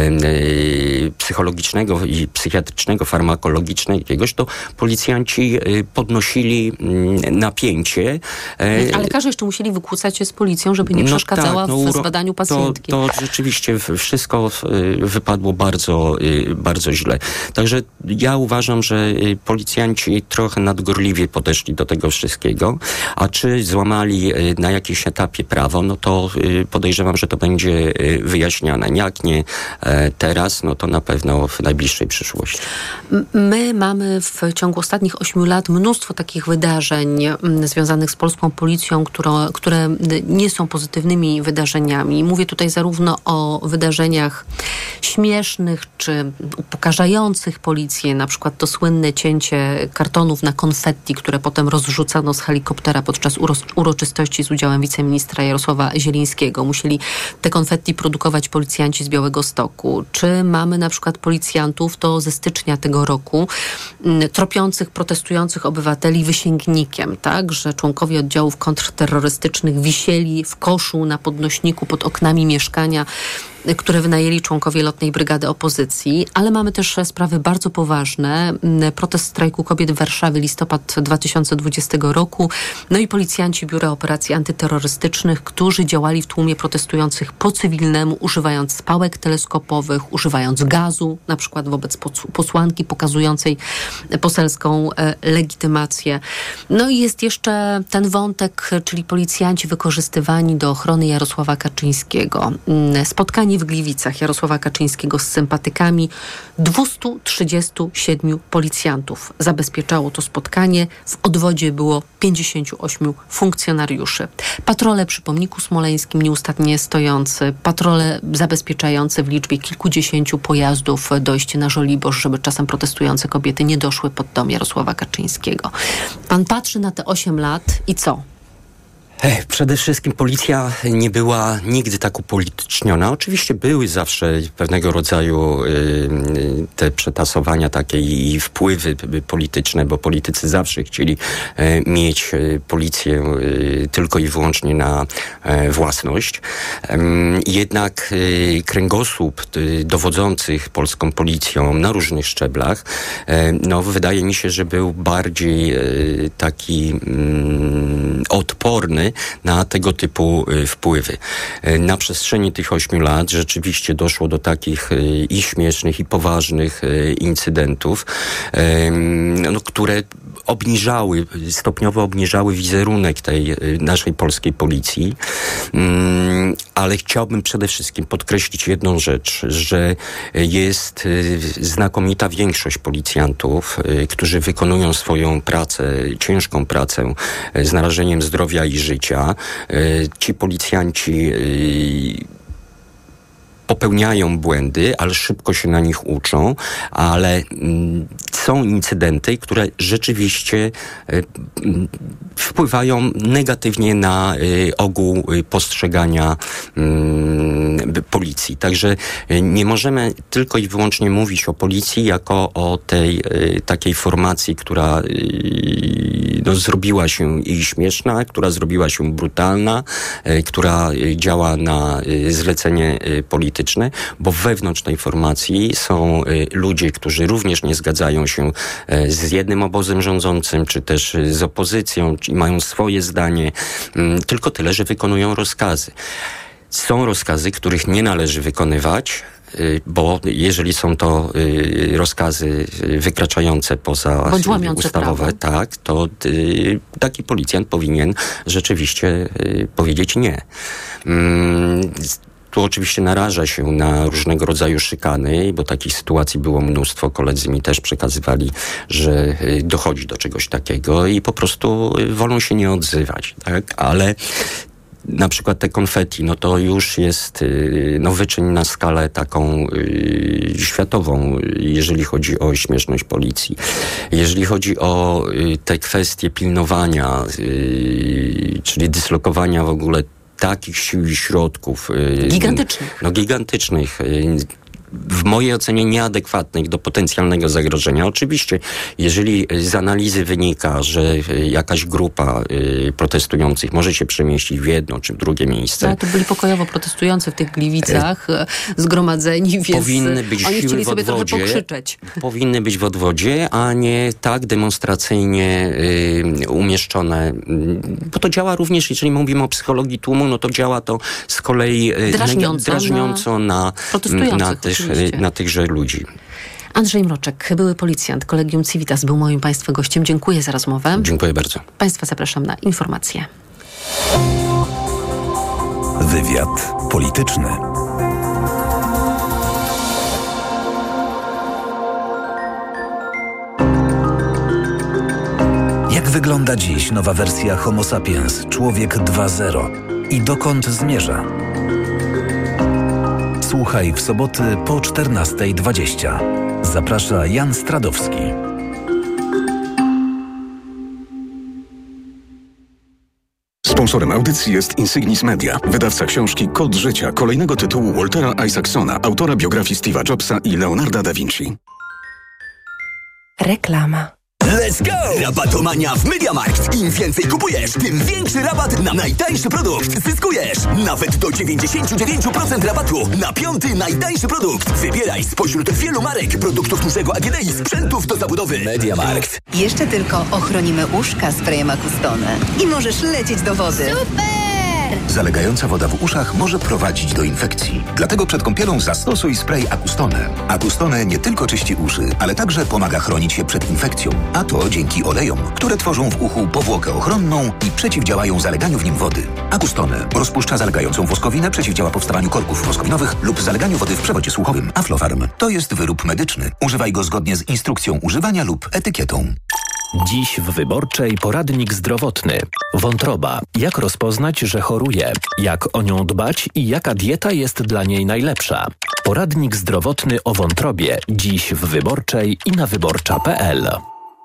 y, psychologicznego i psychiatrycznego, farmakologicznego jakiegoś, to policjanci y, podnosili y, napięcie. Y, A lekarze jeszcze musieli wykłócać się z policją, żeby nie no przeszkadzała tak, no, w zbadaniu pacjentki. To, to rzeczywiście wszystko wypadło bardzo, bardzo źle. Także ja uważam, że policjanci trochę nadgorliwie podeszli do tego wszystkiego, a czy złamali na jakimś etapie prawo, no to podejrzewam, że to będzie wyjaśniane. Jak nie teraz, no to na pewno w najbliższej przyszłości. My mamy w ciągu ostatnich ośmiu lat mnóstwo takich wydarzeń związanych z polską policją, które, które nie są pozytywnymi wydarzeniami. Mówię tutaj zarówno o wydarzeniach śmiesznych czy upokarzających policję, na przykład to słynne cięcie kartonów na konfetti, które potem rozrzucano z helikoptera podczas uro- uroczystości z udziałem wiceministra Jarosława Zielińskiego. Musieli te konfetti produkować policjanci z Białegostoku. Czy mamy na przykład policjantów, to ze stycznia tego roku, m, tropiących protestujących obywateli wysięgnikiem, tak, że członkowie oddziałów kontrterrorystycznych wisieli w koszu na podnośniku pod oknami mieszkania, które wynajęli członkowie lotnej brygady opozycji, ale mamy też sprawy bardzo poważne. Protest strajku kobiet w Warszawie, listopad dwa tysiące dwudziestego roku. No i policjanci Biura Operacji Antyterrorystycznych, którzy działali w tłumie protestujących po cywilnemu, używając spałek teleskopowych, używając gazu, na przykład wobec posłanki pokazującej poselską legitymację. No i jest jeszcze ten wątek, czyli policjanci wykorzystywani do ochrony Jarosława Kaczyńskiego. Spotkanie w Gliwicach Jarosława Kaczyńskiego z sympatykami. dwieście trzydzieści siedem policjantów zabezpieczało to spotkanie. W odwodzie było pięćdziesięciu ośmiu funkcjonariuszy. Patrole przy pomniku smoleńskim nieustannie stojący, patrole zabezpieczające w liczbie kilkudziesięciu pojazdów dojście na Żoliborz, żeby czasem protestujące kobiety nie doszły pod dom Jarosława Kaczyńskiego. Pan patrzy na te osiem lat i co? Przede wszystkim policja nie była nigdy tak upolityczniona. Oczywiście były zawsze pewnego rodzaju y, te przetasowania takie i wpływy polityczne, bo politycy zawsze chcieli y, mieć y, policję y, tylko i wyłącznie na y, własność. Y, jednak y, kręgosłup y, dowodzących polską policją na różnych szczeblach, y, no wydaje mi się, że był bardziej y, taki y, odporny na tego typu wpływy. Na przestrzeni tych ośmiu lat rzeczywiście doszło do takich i śmiesznych, i poważnych incydentów, no, które obniżały, stopniowo obniżały wizerunek tej naszej polskiej policji. Ale chciałbym przede wszystkim podkreślić jedną rzecz, że jest znakomita większość policjantów, którzy wykonują swoją pracę, ciężką pracę z narażeniem zdrowia i życia. Ci policjanci popełniają błędy, ale szybko się na nich uczą, ale mm, są incydenty, które rzeczywiście y, y, wpływają negatywnie na y, ogół y, postrzegania y, policji. Także y, nie możemy tylko i wyłącznie mówić o policji jako o tej y, takiej formacji, która y, no, zrobiła się i śmieszna, która zrobiła się brutalna, y, która y, działa na y, zlecenie y, policji, bo wewnątrz tej formacji są y, ludzie, którzy również nie zgadzają się y, z jednym obozem rządzącym, czy też y, z opozycją, i mają swoje zdanie, y, tylko tyle, że wykonują rozkazy. Są rozkazy, których nie należy wykonywać, bo jeżeli są to rozkazy wykraczające poza ustawowe, tak, to taki policjant powinien rzeczywiście powiedzieć nie. Tu oczywiście naraża się na różnego rodzaju szykany, bo takich sytuacji było mnóstwo. Koledzy mi też przekazywali, że dochodzi do czegoś takiego i po prostu wolą się nie odzywać, tak? Ale na przykład te konfetti, no to już jest no, wyczyn na skalę taką y, światową, jeżeli chodzi o śmieszność policji. Jeżeli chodzi o y, te kwestie pilnowania, y, czyli dyslokowania w ogóle takich sił i środków. Gigantycznych. No gigantycznych. W mojej ocenie nieadekwatnych do potencjalnego zagrożenia. Oczywiście, jeżeli z analizy wynika, że jakaś grupa y, protestujących może się przemieścić w jedno czy w drugie miejsce. Ale to byli pokojowo protestujący w tych Gliwicach, y, zgromadzeni, więc powinny być oni siły chcieli w sobie odwodzie, trochę pokrzyczeć. Powinny być w odwodzie, a nie tak demonstracyjnie y, umieszczone. Bo to działa również, jeżeli mówimy o psychologii tłumu, no to działa to z kolei y, drażniąco, drażniąco na, na, na tych na tychże ludzi. Andrzej Mroczek, były policjant, Collegium Civitas, był moim Państwa gościem. Dziękuję za rozmowę. Dziękuję bardzo. Państwa zapraszam na informacje. Wywiad polityczny. Jak wygląda dziś nowa wersja Homo sapiens, człowiek dwa zero i dokąd zmierza? Słuchaj w soboty po czternasta dwadzieścia. Zaprasza Jan Stradowski. Sponsorem audycji jest Insignis Media, wydawca książki Kod życia, kolejnego tytułu Waltera Isaacsona, autora biografii Steve'a Jobsa i Leonarda da Vinci. Reklama. Let's go! Rabatomania w MediaMarkt. Im więcej kupujesz, tym większy rabat na najtańszy produkt. Zyskujesz nawet do dziewięćdziesiąt dziewięć procent rabatu na piąty najtańszy produkt. Wybieraj spośród wielu marek, produktów dużego A G D i sprzętów do zabudowy. MediaMarkt. Jeszcze tylko ochronimy uszka sprayem Acustone i możesz lecieć do wody. Super! Zalegająca woda w uszach może prowadzić do infekcji. Dlatego przed kąpielą zastosuj spray Acustone. Acustone nie tylko czyści uszy, ale także pomaga chronić się przed infekcją. A to dzięki olejom, które tworzą w uchu powłokę ochronną i przeciwdziałają zaleganiu w nim wody. Acustone rozpuszcza zalegającą woskowinę, przeciwdziała powstawaniu korków woskowinowych lub zaleganiu wody w przewodzie słuchowym. Aflofarm to jest wyrób medyczny. Używaj go zgodnie z instrukcją używania lub etykietą. Dziś w Wyborczej poradnik zdrowotny. Wątroba. Jak rozpoznać, że choruje? Jak o nią dbać i jaka dieta jest dla niej najlepsza? Poradnik zdrowotny o wątrobie. Dziś w Wyborczej i na wyborcza kropka p l.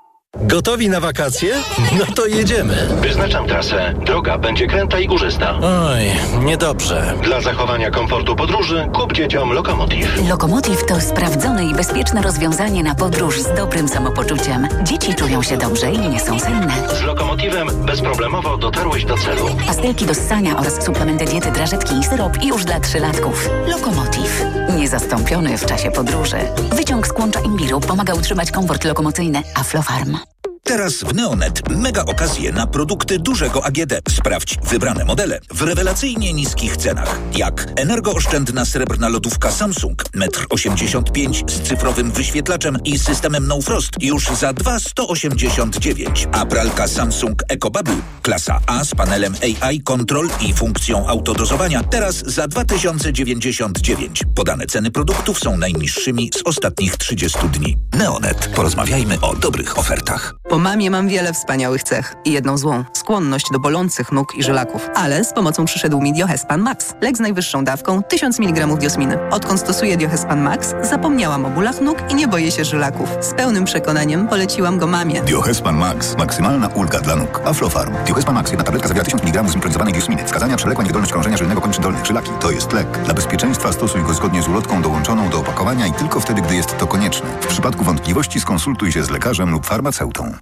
Gotowi na wakacje? No to jedziemy. Wyznaczam trasę. Droga będzie kręta i górzysta. Oj, niedobrze. Dla zachowania komfortu podróży kup dzieciom Lokomotiv. Lokomotiv to sprawdzone i bezpieczne rozwiązanie na podróż z dobrym samopoczuciem. Dzieci czują się dobrze i nie są senne. Z Lokomotivem bezproblemowo dotarłeś do celu. Pastelki do ssania oraz suplementy diety, drażetki i syrop już dla trzylatków. Lokomotiv. Niezastąpiony w czasie podróży. Wyciąg z kłącza imbiru pomaga utrzymać komfort lokomocyjny. Aflofarm. Teraz w Neonet mega okazje na produkty dużego A G D. Sprawdź wybrane modele w rewelacyjnie niskich cenach. Jak energooszczędna srebrna lodówka Samsung metr osiemdziesiąt pięć z cyfrowym wyświetlaczem i systemem No Frost już za dwa tysiące sto osiemdziesiąt dziewięć. A pralka Samsung EcoBubble klasa A z panelem A I Control i funkcją autodozowania teraz za dwa tysiące dziewięćdziesiąt dziewięć. Podane ceny produktów są najniższymi z ostatnich trzydziestu dni. Neonet. Porozmawiajmy o dobrych ofertach. Po mamie mam wiele wspaniałych cech i jedną złą – skłonność do bolących nóg i żylaków. Ale z pomocą przyszedł mi Diohespan Max. Lek z najwyższą dawką tysiąc miligramów diosminy. Odkąd stosuję Diohespan Max, zapomniałam o bólach nóg i nie boję się żylaków. Z pełnym przekonaniem poleciłam go mamie. Diohespan Max. Maksymalna ulga dla nóg. Aflofarm. Diohespan Max. Jedna tabletka zawiera tysiąc miligramów zimpronizowanej diosminy. Wskazania: przewlekła niewydolność krążenia żylnego kończyn dolnych. Żylaki. To jest lek. Dla bezpieczeństwa stosuj go zgodnie z ulotką dołączoną do opakowania i tylko wtedy, gdy jest to konieczne. W przypadku wątpliwości skonsultuj się z lekarzem lub farmaceutą.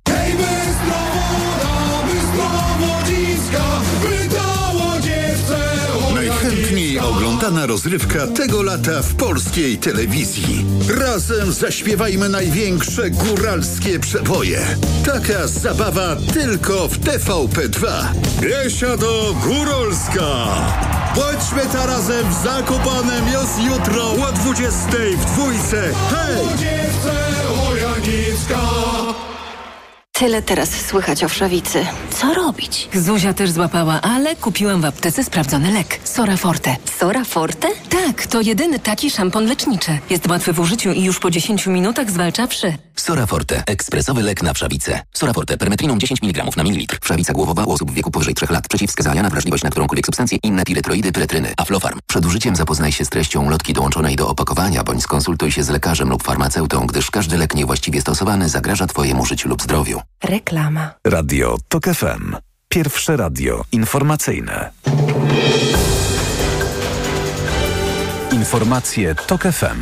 Najchętniej oglądana rozrywka tego lata w polskiej telewizji. Razem zaśpiewajmy największe góralskie przeboje. Taka zabawa tylko w T V P dwa. Biesiado Górolska. Bądźmy ta razem w Zakopanem już jutro o dwudziestej w dwójce. Hej! Tyle teraz słychać o wszawicy. Co robić? Zuzia też złapała, ale kupiłam w aptece sprawdzony lek. Sora Forte. Sora Forte? Tak, to jedyny taki szampon leczniczy. Jest łatwy w użyciu i już po dziesięciu minutach zwalcza wszy. Sora Forte. Ekspresowy lek na wszawicę. Sora Forte. Permetriną dziesięć miligramów na mililitr. Wszawica głowowa u osób w wieku powyżej trzech lat. Przeciwwskazania na wrażliwość na którąkolwiek substancję. Inne piretroidy, pyretryny. Aflofarm. Przed użyciem zapoznaj się z treścią ulotki dołączonej do opakowania, bądź skonsultuj się z lekarzem lub farmaceutą, gdyż każdy lek niewłaściwie stosowany zagraża Twojemu życiu lub zdrowiu. Reklama. Radio TOK F M. Pierwsze radio informacyjne. Informacje TOK F M.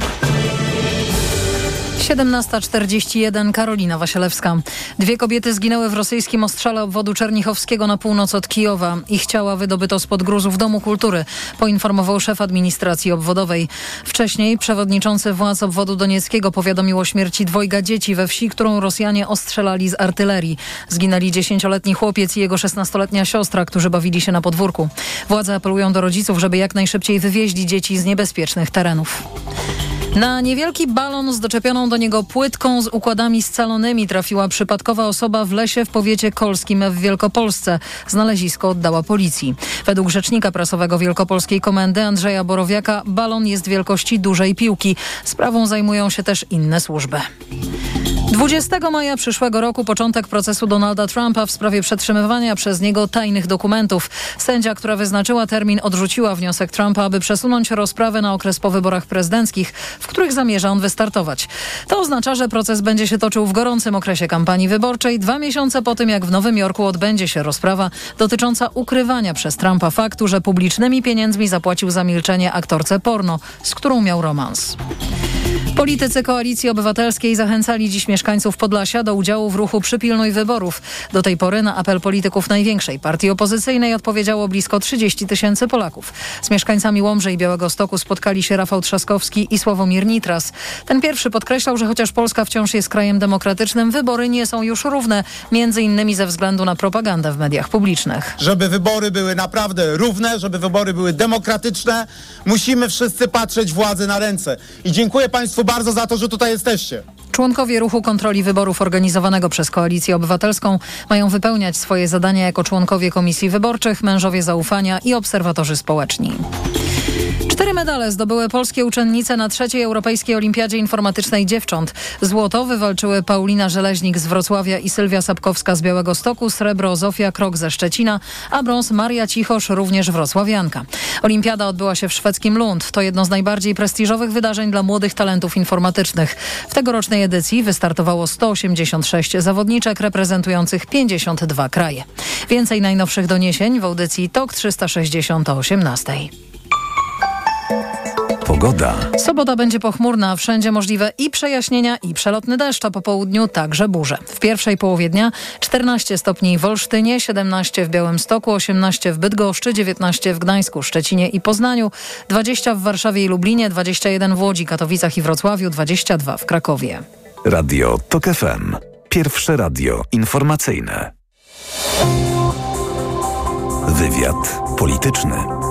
siedemnasta czterdzieści jeden, Karolina Wasielewska. Dwie kobiety zginęły w rosyjskim ostrzale obwodu czernichowskiego na północ od Kijowa. Ich ciała wydobyto spod gruzów Domu Kultury, poinformował szef administracji obwodowej. Wcześniej przewodniczący władz obwodu donieckiego powiadomił o śmierci dwojga dzieci we wsi, którą Rosjanie ostrzelali z artylerii. Zginęli dziesięcioletni chłopiec i jego szesnastoletnia siostra, którzy bawili się na podwórku. Władze apelują do rodziców, żeby jak najszybciej wywieźli dzieci z niebezpiecznych terenów. Na niewielki balon z doczepioną do niego płytką z układami scalonymi trafiła przypadkowa osoba w lesie w powiecie kolskim w Wielkopolsce. Znalezisko oddała policji. Według rzecznika prasowego Wielkopolskiej Komendy Andrzeja Borowiaka balon jest wielkości dużej piłki. Sprawą zajmują się też inne służby. dwudziestego maja przyszłego roku początek procesu Donalda Trumpa w sprawie przetrzymywania przez niego tajnych dokumentów. Sędzia, która wyznaczyła termin, odrzuciła wniosek Trumpa, aby przesunąć rozprawę na okres po wyborach prezydenckich, w których zamierza on wystartować. To oznacza, że proces będzie się toczył w gorącym okresie kampanii wyborczej, dwa miesiące po tym, jak w Nowym Jorku odbędzie się rozprawa dotycząca ukrywania przez Trumpa faktu, że publicznymi pieniędzmi zapłacił za milczenie aktorce porno, z którą miał romans. Politycy Koalicji Obywatelskiej zachęcali dziś mieszkańców Podlasia do udziału w ruchu Przypilnuj Wyborów. Do tej pory na apel polityków największej partii opozycyjnej odpowiedziało blisko trzydzieści tysięcy Polaków. Z mieszkańcami Łomży i Białegostoku spotkali się Rafał Trzaskowski i Sławomir Nitras. Ten pierwszy podkreślał, że chociaż Polska wciąż jest krajem demokratycznym, wybory nie są już równe, między innymi ze względu na propagandę w mediach publicznych. Żeby wybory były naprawdę równe, żeby wybory były demokratyczne, musimy wszyscy patrzeć władzy na ręce. I dziękuję Państwu bardzo za to, że tutaj jesteście. Członkowie ruchu kontroli wyborów organizowanego przez Koalicję Obywatelską mają wypełniać swoje zadania jako członkowie komisji wyborczych, mężowie zaufania i obserwatorzy społeczni. Cztery medale zdobyły polskie uczennice na trzeciej Europejskiej Olimpiadzie Informatycznej Dziewcząt. Złoto wywalczyły Paulina Żeleźnik z Wrocławia i Sylwia Sapkowska z Białegostoku, srebro Zofia Krok ze Szczecina, a brąz Maria Cichosz, również wrocławianka. Olimpiada odbyła się w szwedzkim Lund. To jedno z najbardziej prestiżowych wydarzeń dla młodych talentów informatycznych. W tegorocznej edycji wystartowało sto osiemdziesiąt sześć zawodniczek reprezentujących pięćdziesiąt dwa kraje. Więcej najnowszych doniesień w audycji TOK trzysta sześćdziesiąt o osiemnastej. Pogoda. Sobota będzie pochmurna, wszędzie możliwe i przejaśnienia, i przelotny deszcz, a po południu także burze. W pierwszej połowie dnia czternaście stopni w Olsztynie, siedemnaście w Białymstoku, osiemnaście w Bydgoszczy, dziewiętnaście w Gdańsku, Szczecinie i Poznaniu, dwadzieścia w Warszawie i Lublinie, dwadzieścia jeden w Łodzi, Katowicach i Wrocławiu, dwadzieścia dwa w Krakowie. Radio TOK F M. Pierwsze radio informacyjne. Wywiad polityczny.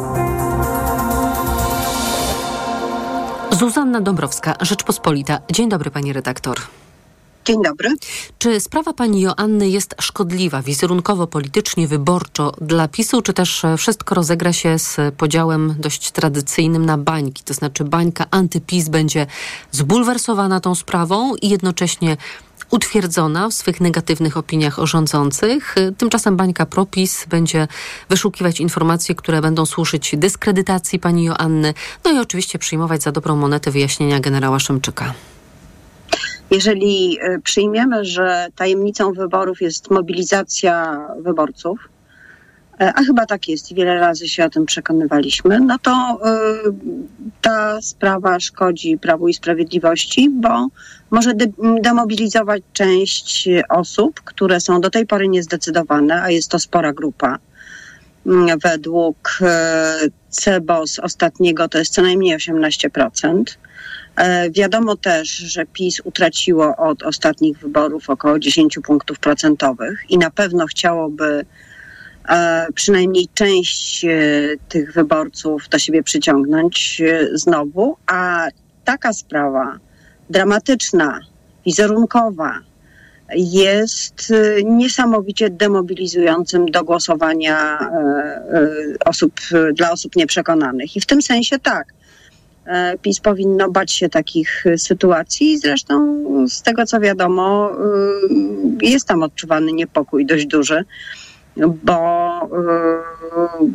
Zuzanna Dąbrowska, Rzeczpospolita. Dzień dobry, pani redaktor. Dzień dobry. Czy sprawa pani Joanny jest szkodliwa wizerunkowo, politycznie, wyborczo dla PiSu, czy też wszystko rozegra się z podziałem dość tradycyjnym na bańki? To znaczy bańka anty-PiS będzie zbulwersowana tą sprawą i jednocześnie utwierdzona w swych negatywnych opiniach o rządzących. Tymczasem bańka pro-PiS będzie wyszukiwać informacje, które będą służyć dyskredytacji pani Joanny, no i oczywiście przyjmować za dobrą monetę wyjaśnienia generała Szymczyka. Jeżeli przyjmiemy, że tajemnicą wyborów jest mobilizacja wyborców, a chyba tak jest i wiele razy się o tym przekonywaliśmy, no to y, ta sprawa szkodzi Prawu i Sprawiedliwości, bo może de- demobilizować część osób, które są do tej pory niezdecydowane, a jest to spora grupa. Według y, C B O S ostatniego to jest co najmniej osiemnaście procent. Y, wiadomo też, że PiS utraciło od ostatnich wyborów około dziesięć punktów procentowych i na pewno chciałoby e, przynajmniej część e, tych wyborców do siebie przyciągnąć e, znowu, a taka sprawa dramatyczna, wizerunkowa jest e, niesamowicie demobilizującym do głosowania e, e, osób, e, dla osób nieprzekonanych. I w tym sensie tak, e, PiS powinno bać się takich sytuacji. Zresztą z tego co wiadomo, e, jest tam odczuwany niepokój dość duży, bo e,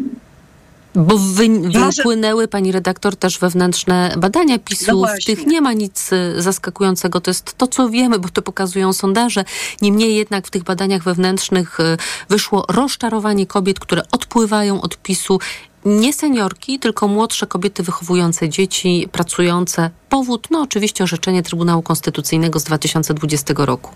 Bo wy, wypłynęły, pani redaktor, też wewnętrzne badania PiSu. No w tych nie ma nic zaskakującego. To jest to, co wiemy, bo to pokazują sondaże. Niemniej jednak w tych badaniach wewnętrznych wyszło rozczarowanie kobiet, które odpływają od PiSu. Nie seniorki, tylko młodsze kobiety wychowujące dzieci, pracujące. Powód, no oczywiście orzeczenie Trybunału Konstytucyjnego z dwa tysiące dwudziestego roku.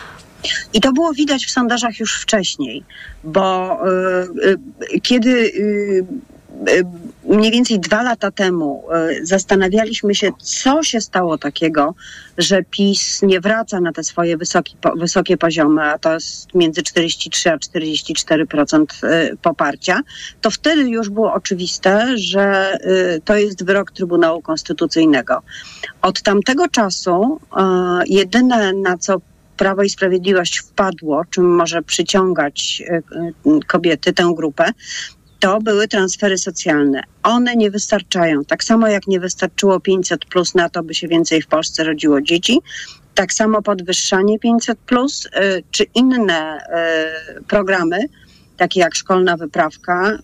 I to było widać w sondażach już wcześniej, bo y, y, kiedy y, y, mniej więcej dwa lata temu y, zastanawialiśmy się, co się stało takiego, że PiS nie wraca na te swoje wysoki, po, wysokie poziomy, a to jest między czterdzieści trzy a czterdzieści cztery procent y, poparcia, to wtedy już było oczywiste, że y, to jest wyrok Trybunału Konstytucyjnego. Od tamtego czasu y, jedyne, na co Prawo i Sprawiedliwość wpadło, czym może przyciągać kobiety, tę grupę, to były transfery socjalne. One nie wystarczają. Tak samo jak nie wystarczyło pięćset plus na to, by się więcej w Polsce rodziło dzieci, tak samo podwyższanie pięćset plus czy inne programy, takie jak szkolna wyprawka,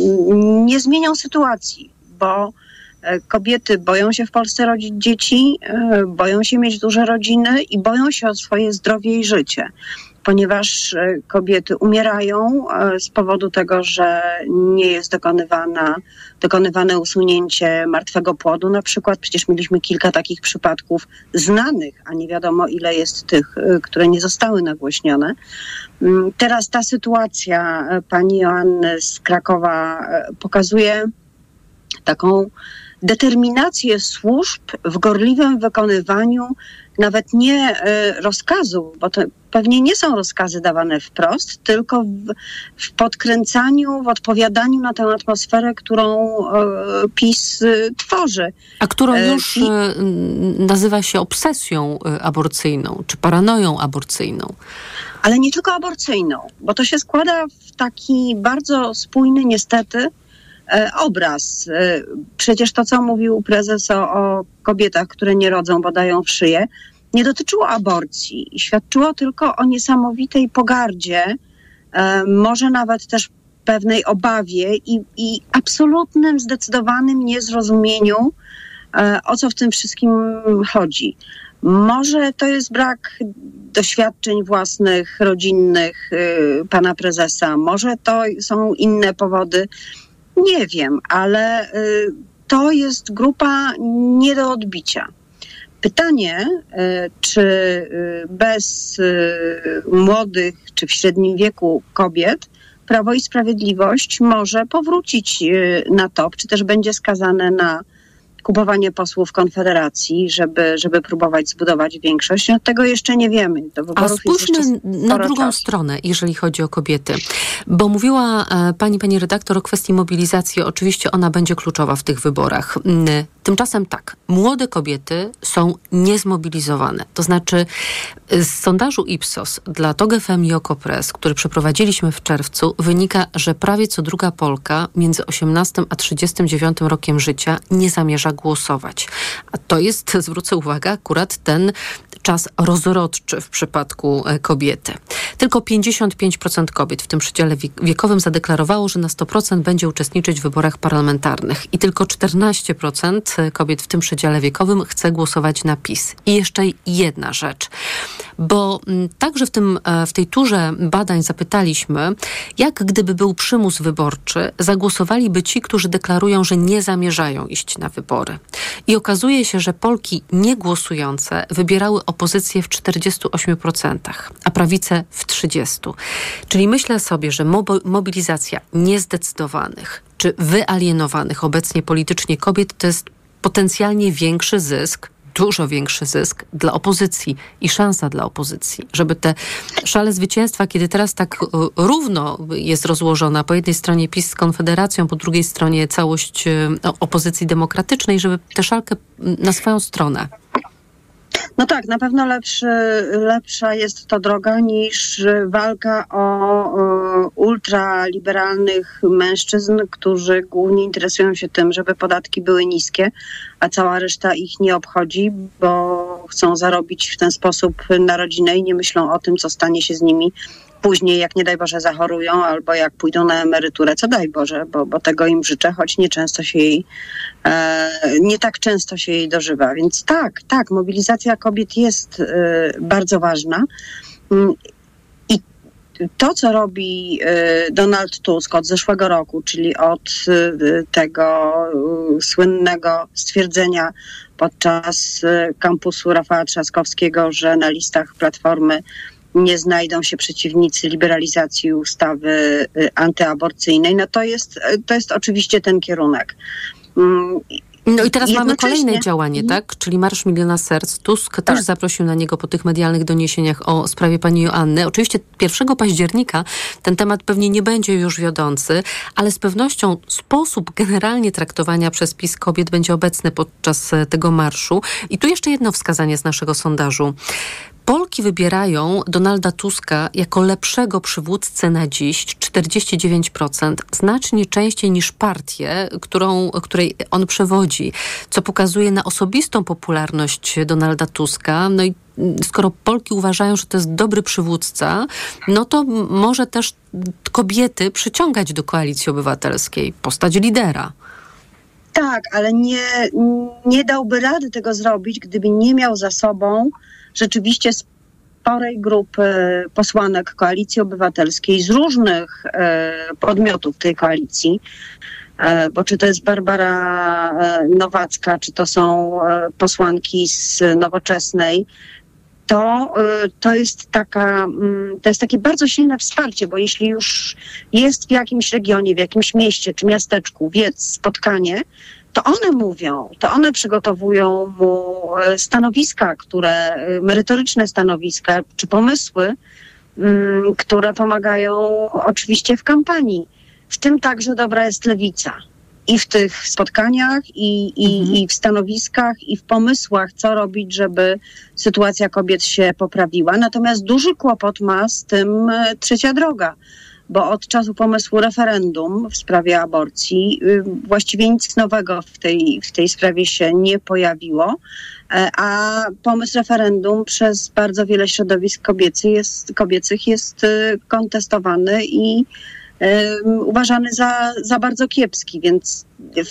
nie zmienią sytuacji, bo kobiety boją się w Polsce rodzić dzieci, boją się mieć duże rodziny i boją się o swoje zdrowie i życie, ponieważ kobiety umierają z powodu tego, że nie jest dokonywana, dokonywane usunięcie martwego płodu. Na przykład przecież mieliśmy kilka takich przypadków znanych, a nie wiadomo ile jest tych, które nie zostały nagłośnione. Teraz ta sytuacja pani Joanny z Krakowa pokazuje taką determinację służb w gorliwym wykonywaniu nawet nie y, rozkazów, bo to pewnie nie są rozkazy dawane wprost, tylko w, w podkręcaniu, w odpowiadaniu na tę atmosferę, którą y, PiS y, tworzy. A którą y, już y, nazywa się obsesją y, aborcyjną, czy paranoją aborcyjną. Ale nie tylko aborcyjną, bo to się składa w taki bardzo spójny niestety obraz. Przecież to, co mówił prezes o, o kobietach, które nie rodzą, bo dają w szyję, nie dotyczyło aborcji i świadczyło tylko o niesamowitej pogardzie, może nawet też pewnej obawie i, i absolutnym, zdecydowanym niezrozumieniu, o co w tym wszystkim chodzi. Może to jest brak doświadczeń własnych, rodzinnych pana prezesa, może to są inne powody. Nie wiem, ale y, to jest grupa nie do odbicia. Pytanie, y, czy y, bez y, młodych czy w średnim wieku kobiet Prawo i Sprawiedliwość może powrócić y, na top, czy też będzie skazane na kupowanie posłów Konfederacji, żeby, żeby próbować zbudować większość. No, tego jeszcze nie wiemy. Do A spójrzmy na drugą czasu. stronę, jeżeli chodzi o kobiety. Bo mówiła e, pani, pani redaktor o kwestii mobilizacji. Oczywiście ona będzie kluczowa w tych wyborach. Tymczasem tak, młode kobiety są niezmobilizowane. To znaczy z sondażu Ipsos dla TOG F M i Okopres, który przeprowadziliśmy w czerwcu, wynika, że prawie co druga Polka między osiemnastym a trzydziestym dziewiątym rokiem życia nie zamierza głosować. A to jest, zwrócę uwagę, akurat ten czas rozrodczy w przypadku kobiety. Tylko pięćdziesiąt pięć procent kobiet w tym przedziale wiekowym zadeklarowało, że na sto procent będzie uczestniczyć w wyborach parlamentarnych i tylko czternaście procent kobiet w tym przedziale wiekowym chce głosować na PiS. I jeszcze jedna rzecz, bo także w, tym, w tej turze badań zapytaliśmy, jak gdyby był przymus wyborczy, zagłosowaliby ci, którzy deklarują, że nie zamierzają iść na wybory. I okazuje się, że Polki niegłosujące wybierały opozycję w czterdziestu ośmiu procentach, a prawicę w trzydziestu procentach. Czyli myślę sobie, że mob- mobilizacja niezdecydowanych czy wyalienowanych obecnie politycznie kobiet to jest potencjalnie większy zysk, dużo większy zysk dla opozycji i szansa dla opozycji, żeby te szale zwycięstwa, kiedy teraz tak równo jest rozłożona, po jednej stronie PiS z Konfederacją, po drugiej stronie całość opozycji demokratycznej, żeby tę szalkę na swoją stronę. No tak, na pewno lepszy, lepsza jest to droga niż walka o, o ultraliberalnych mężczyzn, którzy głównie interesują się tym, żeby podatki były niskie, a cała reszta ich nie obchodzi, bo chcą zarobić w ten sposób na rodzinę i nie myślą o tym, co stanie się z nimi później, jak nie daj Boże zachorują albo jak pójdą na emeryturę, co daj Boże, bo, bo tego im życzę, choć nie często się jej, e, nie tak często się jej dożywa. Więc tak, tak, mobilizacja kobiet jest e, bardzo ważna. I to, co robi e, Donald Tusk od zeszłego roku, czyli od e, tego e, słynnego stwierdzenia podczas e, kampusu Rafała Trzaskowskiego, że na listach Platformy nie znajdą się przeciwnicy liberalizacji ustawy antyaborcyjnej, no to jest, to jest oczywiście ten kierunek. No i teraz mamy kolejne działanie, tak? Czyli Marsz Miliona Serc. Tusk tak. też zaprosił na niego po tych medialnych doniesieniach o sprawie pani Joanny. Oczywiście pierwszego października ten temat pewnie nie będzie już wiodący, ale z pewnością sposób generalnie traktowania przez PiS kobiet będzie obecny podczas tego marszu. I tu jeszcze jedno wskazanie z naszego sondażu. Polki wybierają Donalda Tuska jako lepszego przywódcę na dziś, czterdzieści dziewięć procent, znacznie częściej niż partię, którą, której on przewodzi, co pokazuje na osobistą popularność Donalda Tuska. No i skoro Polki uważają, że to jest dobry przywódca, no to może też kobiety przyciągać do Koalicji Obywatelskiej, postać lidera. Tak, ale nie, nie dałby rady tego zrobić, gdyby nie miał za sobą rzeczywiście sporej grupy posłanek Koalicji Obywatelskiej z różnych e, podmiotów tej koalicji, e, bo czy to jest Barbara Nowacka, czy to są e, posłanki z Nowoczesnej, to, e, to jest taka, to jest takie bardzo silne wsparcie, bo jeśli już jest w jakimś regionie, w jakimś mieście czy miasteczku, wiec, spotkanie, to one mówią, to one przygotowują mu stanowiska, które, merytoryczne stanowiska czy pomysły, um, które pomagają oczywiście w kampanii. W tym także dobra jest lewica. I w tych spotkaniach, i, i, mhm. i w stanowiskach, i w pomysłach, co robić, żeby sytuacja kobiet się poprawiła. Natomiast duży kłopot ma z tym Trzecia Droga, bo od czasu pomysłu referendum w sprawie aborcji właściwie nic nowego w tej, w tej sprawie się nie pojawiło, a pomysł referendum przez bardzo wiele środowisk kobiecych jest, kobiecych jest kontestowany i um, uważany za, za bardzo kiepski, więc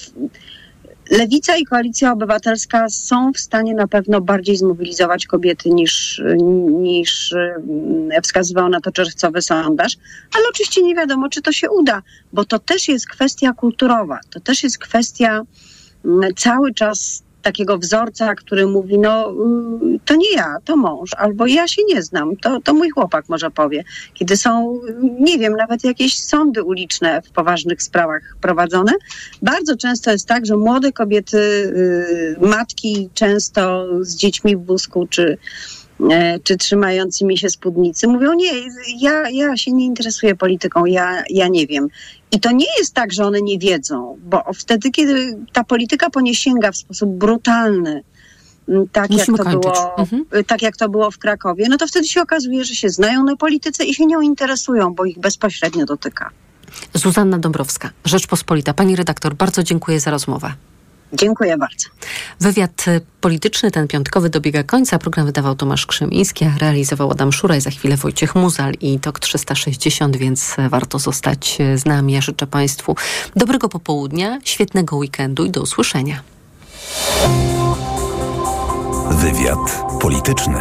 Lewica i Koalicja Obywatelska są w stanie na pewno bardziej zmobilizować kobiety niż, niż wskazywał na to czerwcowy sondaż, ale oczywiście nie wiadomo, czy to się uda, bo to też jest kwestia kulturowa, to też jest kwestia cały czas takiego wzorca, który mówi, no to nie ja, to mąż, albo ja się nie znam, to, to mój chłopak może powie. Kiedy są, nie wiem, nawet jakieś sądy uliczne w poważnych sprawach prowadzone, bardzo często jest tak, że młode kobiety, yy, matki często z dziećmi w wózku, czy czy trzymającymi się spódnicy, mówią, nie, ja, ja się nie interesuję polityką, ja, ja nie wiem. I to nie jest tak, że one nie wiedzą, bo wtedy, kiedy ta polityka po nie sięga w sposób brutalny, tak jak, to było, mhm. tak jak to było w Krakowie, no to wtedy się okazuje, że się znają na polityce i się nią interesują, bo ich bezpośrednio dotyka. Zuzanna Dąbrowska, Rzeczpospolita. Pani redaktor, bardzo dziękuję za rozmowę. Dziękuję bardzo. Wywiad polityczny, ten piątkowy, dobiega końca. Program wydawał Tomasz Krzymiński, a realizował Adam Szuraj, za chwilę Wojciech Muzal i Tok trzysta sześćdziesiąt, więc warto zostać z nami. Ja życzę Państwu dobrego popołudnia, świetnego weekendu i do usłyszenia. Wywiad polityczny.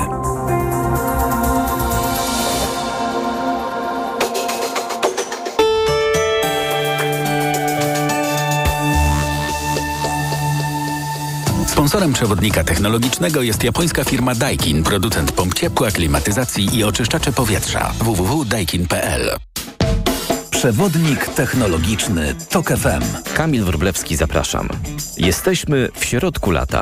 Sponsorem przewodnika technologicznego jest japońska firma Daikin, producent pomp ciepła, klimatyzacji i oczyszczacze powietrza. w w w kropka daikin kropka p l. Przewodnik technologiczny Tok F M. Kamil Wróblewski, zapraszam. Jesteśmy w środku lata.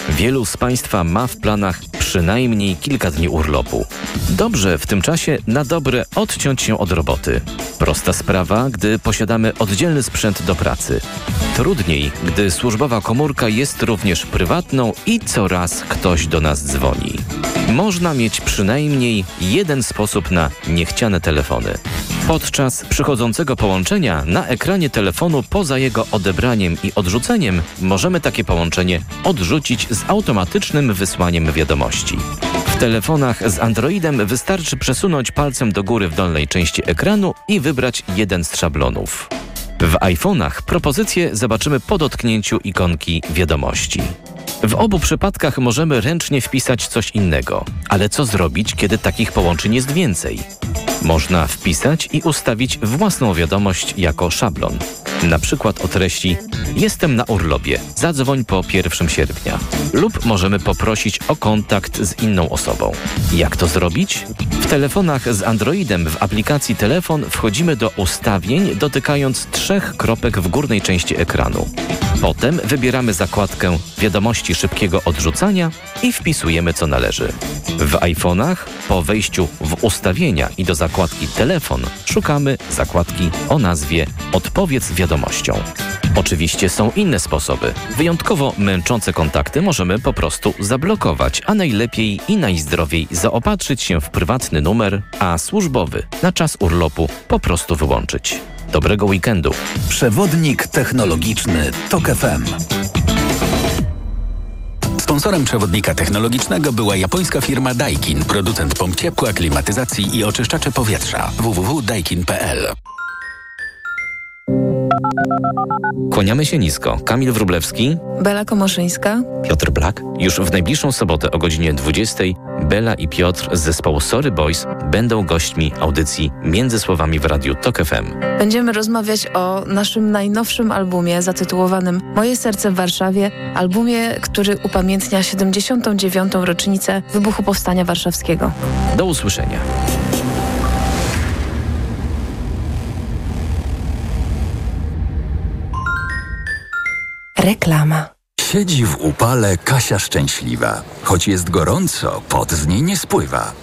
Wielu z Państwa ma w planach przynajmniej kilka dni urlopu. Dobrze w tym czasie na dobre odciąć się od roboty. Prosta sprawa, gdy posiadamy oddzielny sprzęt do pracy. Trudniej, gdy służbowa komórka jest również prywatną i coraz ktoś do nas dzwoni. Można mieć przynajmniej jeden sposób na niechciane telefony. Podczas przychodzącego połączenia na ekranie telefonu poza jego odebraniem i odrzuceniem możemy takie połączenie odrzucić z automatycznym wysłaniem wiadomości. W telefonach z Androidem wystarczy przesunąć palcem do góry w dolnej części ekranu i wybrać jeden z szablonów. W iPhone'ach propozycje zobaczymy po dotknięciu ikonki wiadomości. W obu przypadkach możemy ręcznie wpisać coś innego, ale co zrobić, kiedy takich połączeń jest więcej? Można wpisać i ustawić własną wiadomość jako szablon. Na przykład o treści „Jestem na urlopie, zadzwoń po pierwszego sierpnia”. Lub możemy poprosić o kontakt z inną osobą. Jak to zrobić? W telefonach z Androidem w aplikacji Telefon wchodzimy do ustawień, dotykając trzech kropek w górnej części ekranu. Potem wybieramy zakładkę Wiadomości szybkiego odrzucania i wpisujemy, co należy. W iPhone'ach po wejściu w ustawienia i do zakładki Telefon szukamy zakładki o nazwie Odpowiedz wiadomością. Oczywiście są inne sposoby. Wyjątkowo męczące kontakty możemy po prostu zablokować, a najlepiej i najzdrowiej zaopatrzyć się w prywatny numer, a służbowy na czas urlopu po prostu wyłączyć. Dobrego weekendu. Przewodnik technologiczny TOK F M. Sponsorem przewodnika technologicznego była japońska firma Daikin, producent pomp ciepła, klimatyzacji i oczyszczaczy powietrza. w w w kropka daikin kropka p l. Kłaniamy się nisko. Kamil Wróblewski, Bela Komoszyńska, Piotr Blak. Już w najbliższą sobotę o godzinie dwudziestej Bela i Piotr z zespołu Sorry Boys będą gośćmi audycji Między Słowami w Radiu TOK F M. Będziemy rozmawiać o naszym najnowszym albumie zatytułowanym Moje serce w Warszawie, albumie, który upamiętnia siedemdziesiątą dziewiątą rocznicę wybuchu Powstania Warszawskiego. Do usłyszenia. Reklama. Siedzi w upale Kasia szczęśliwa. Choć jest gorąco, pot z niej nie spływa.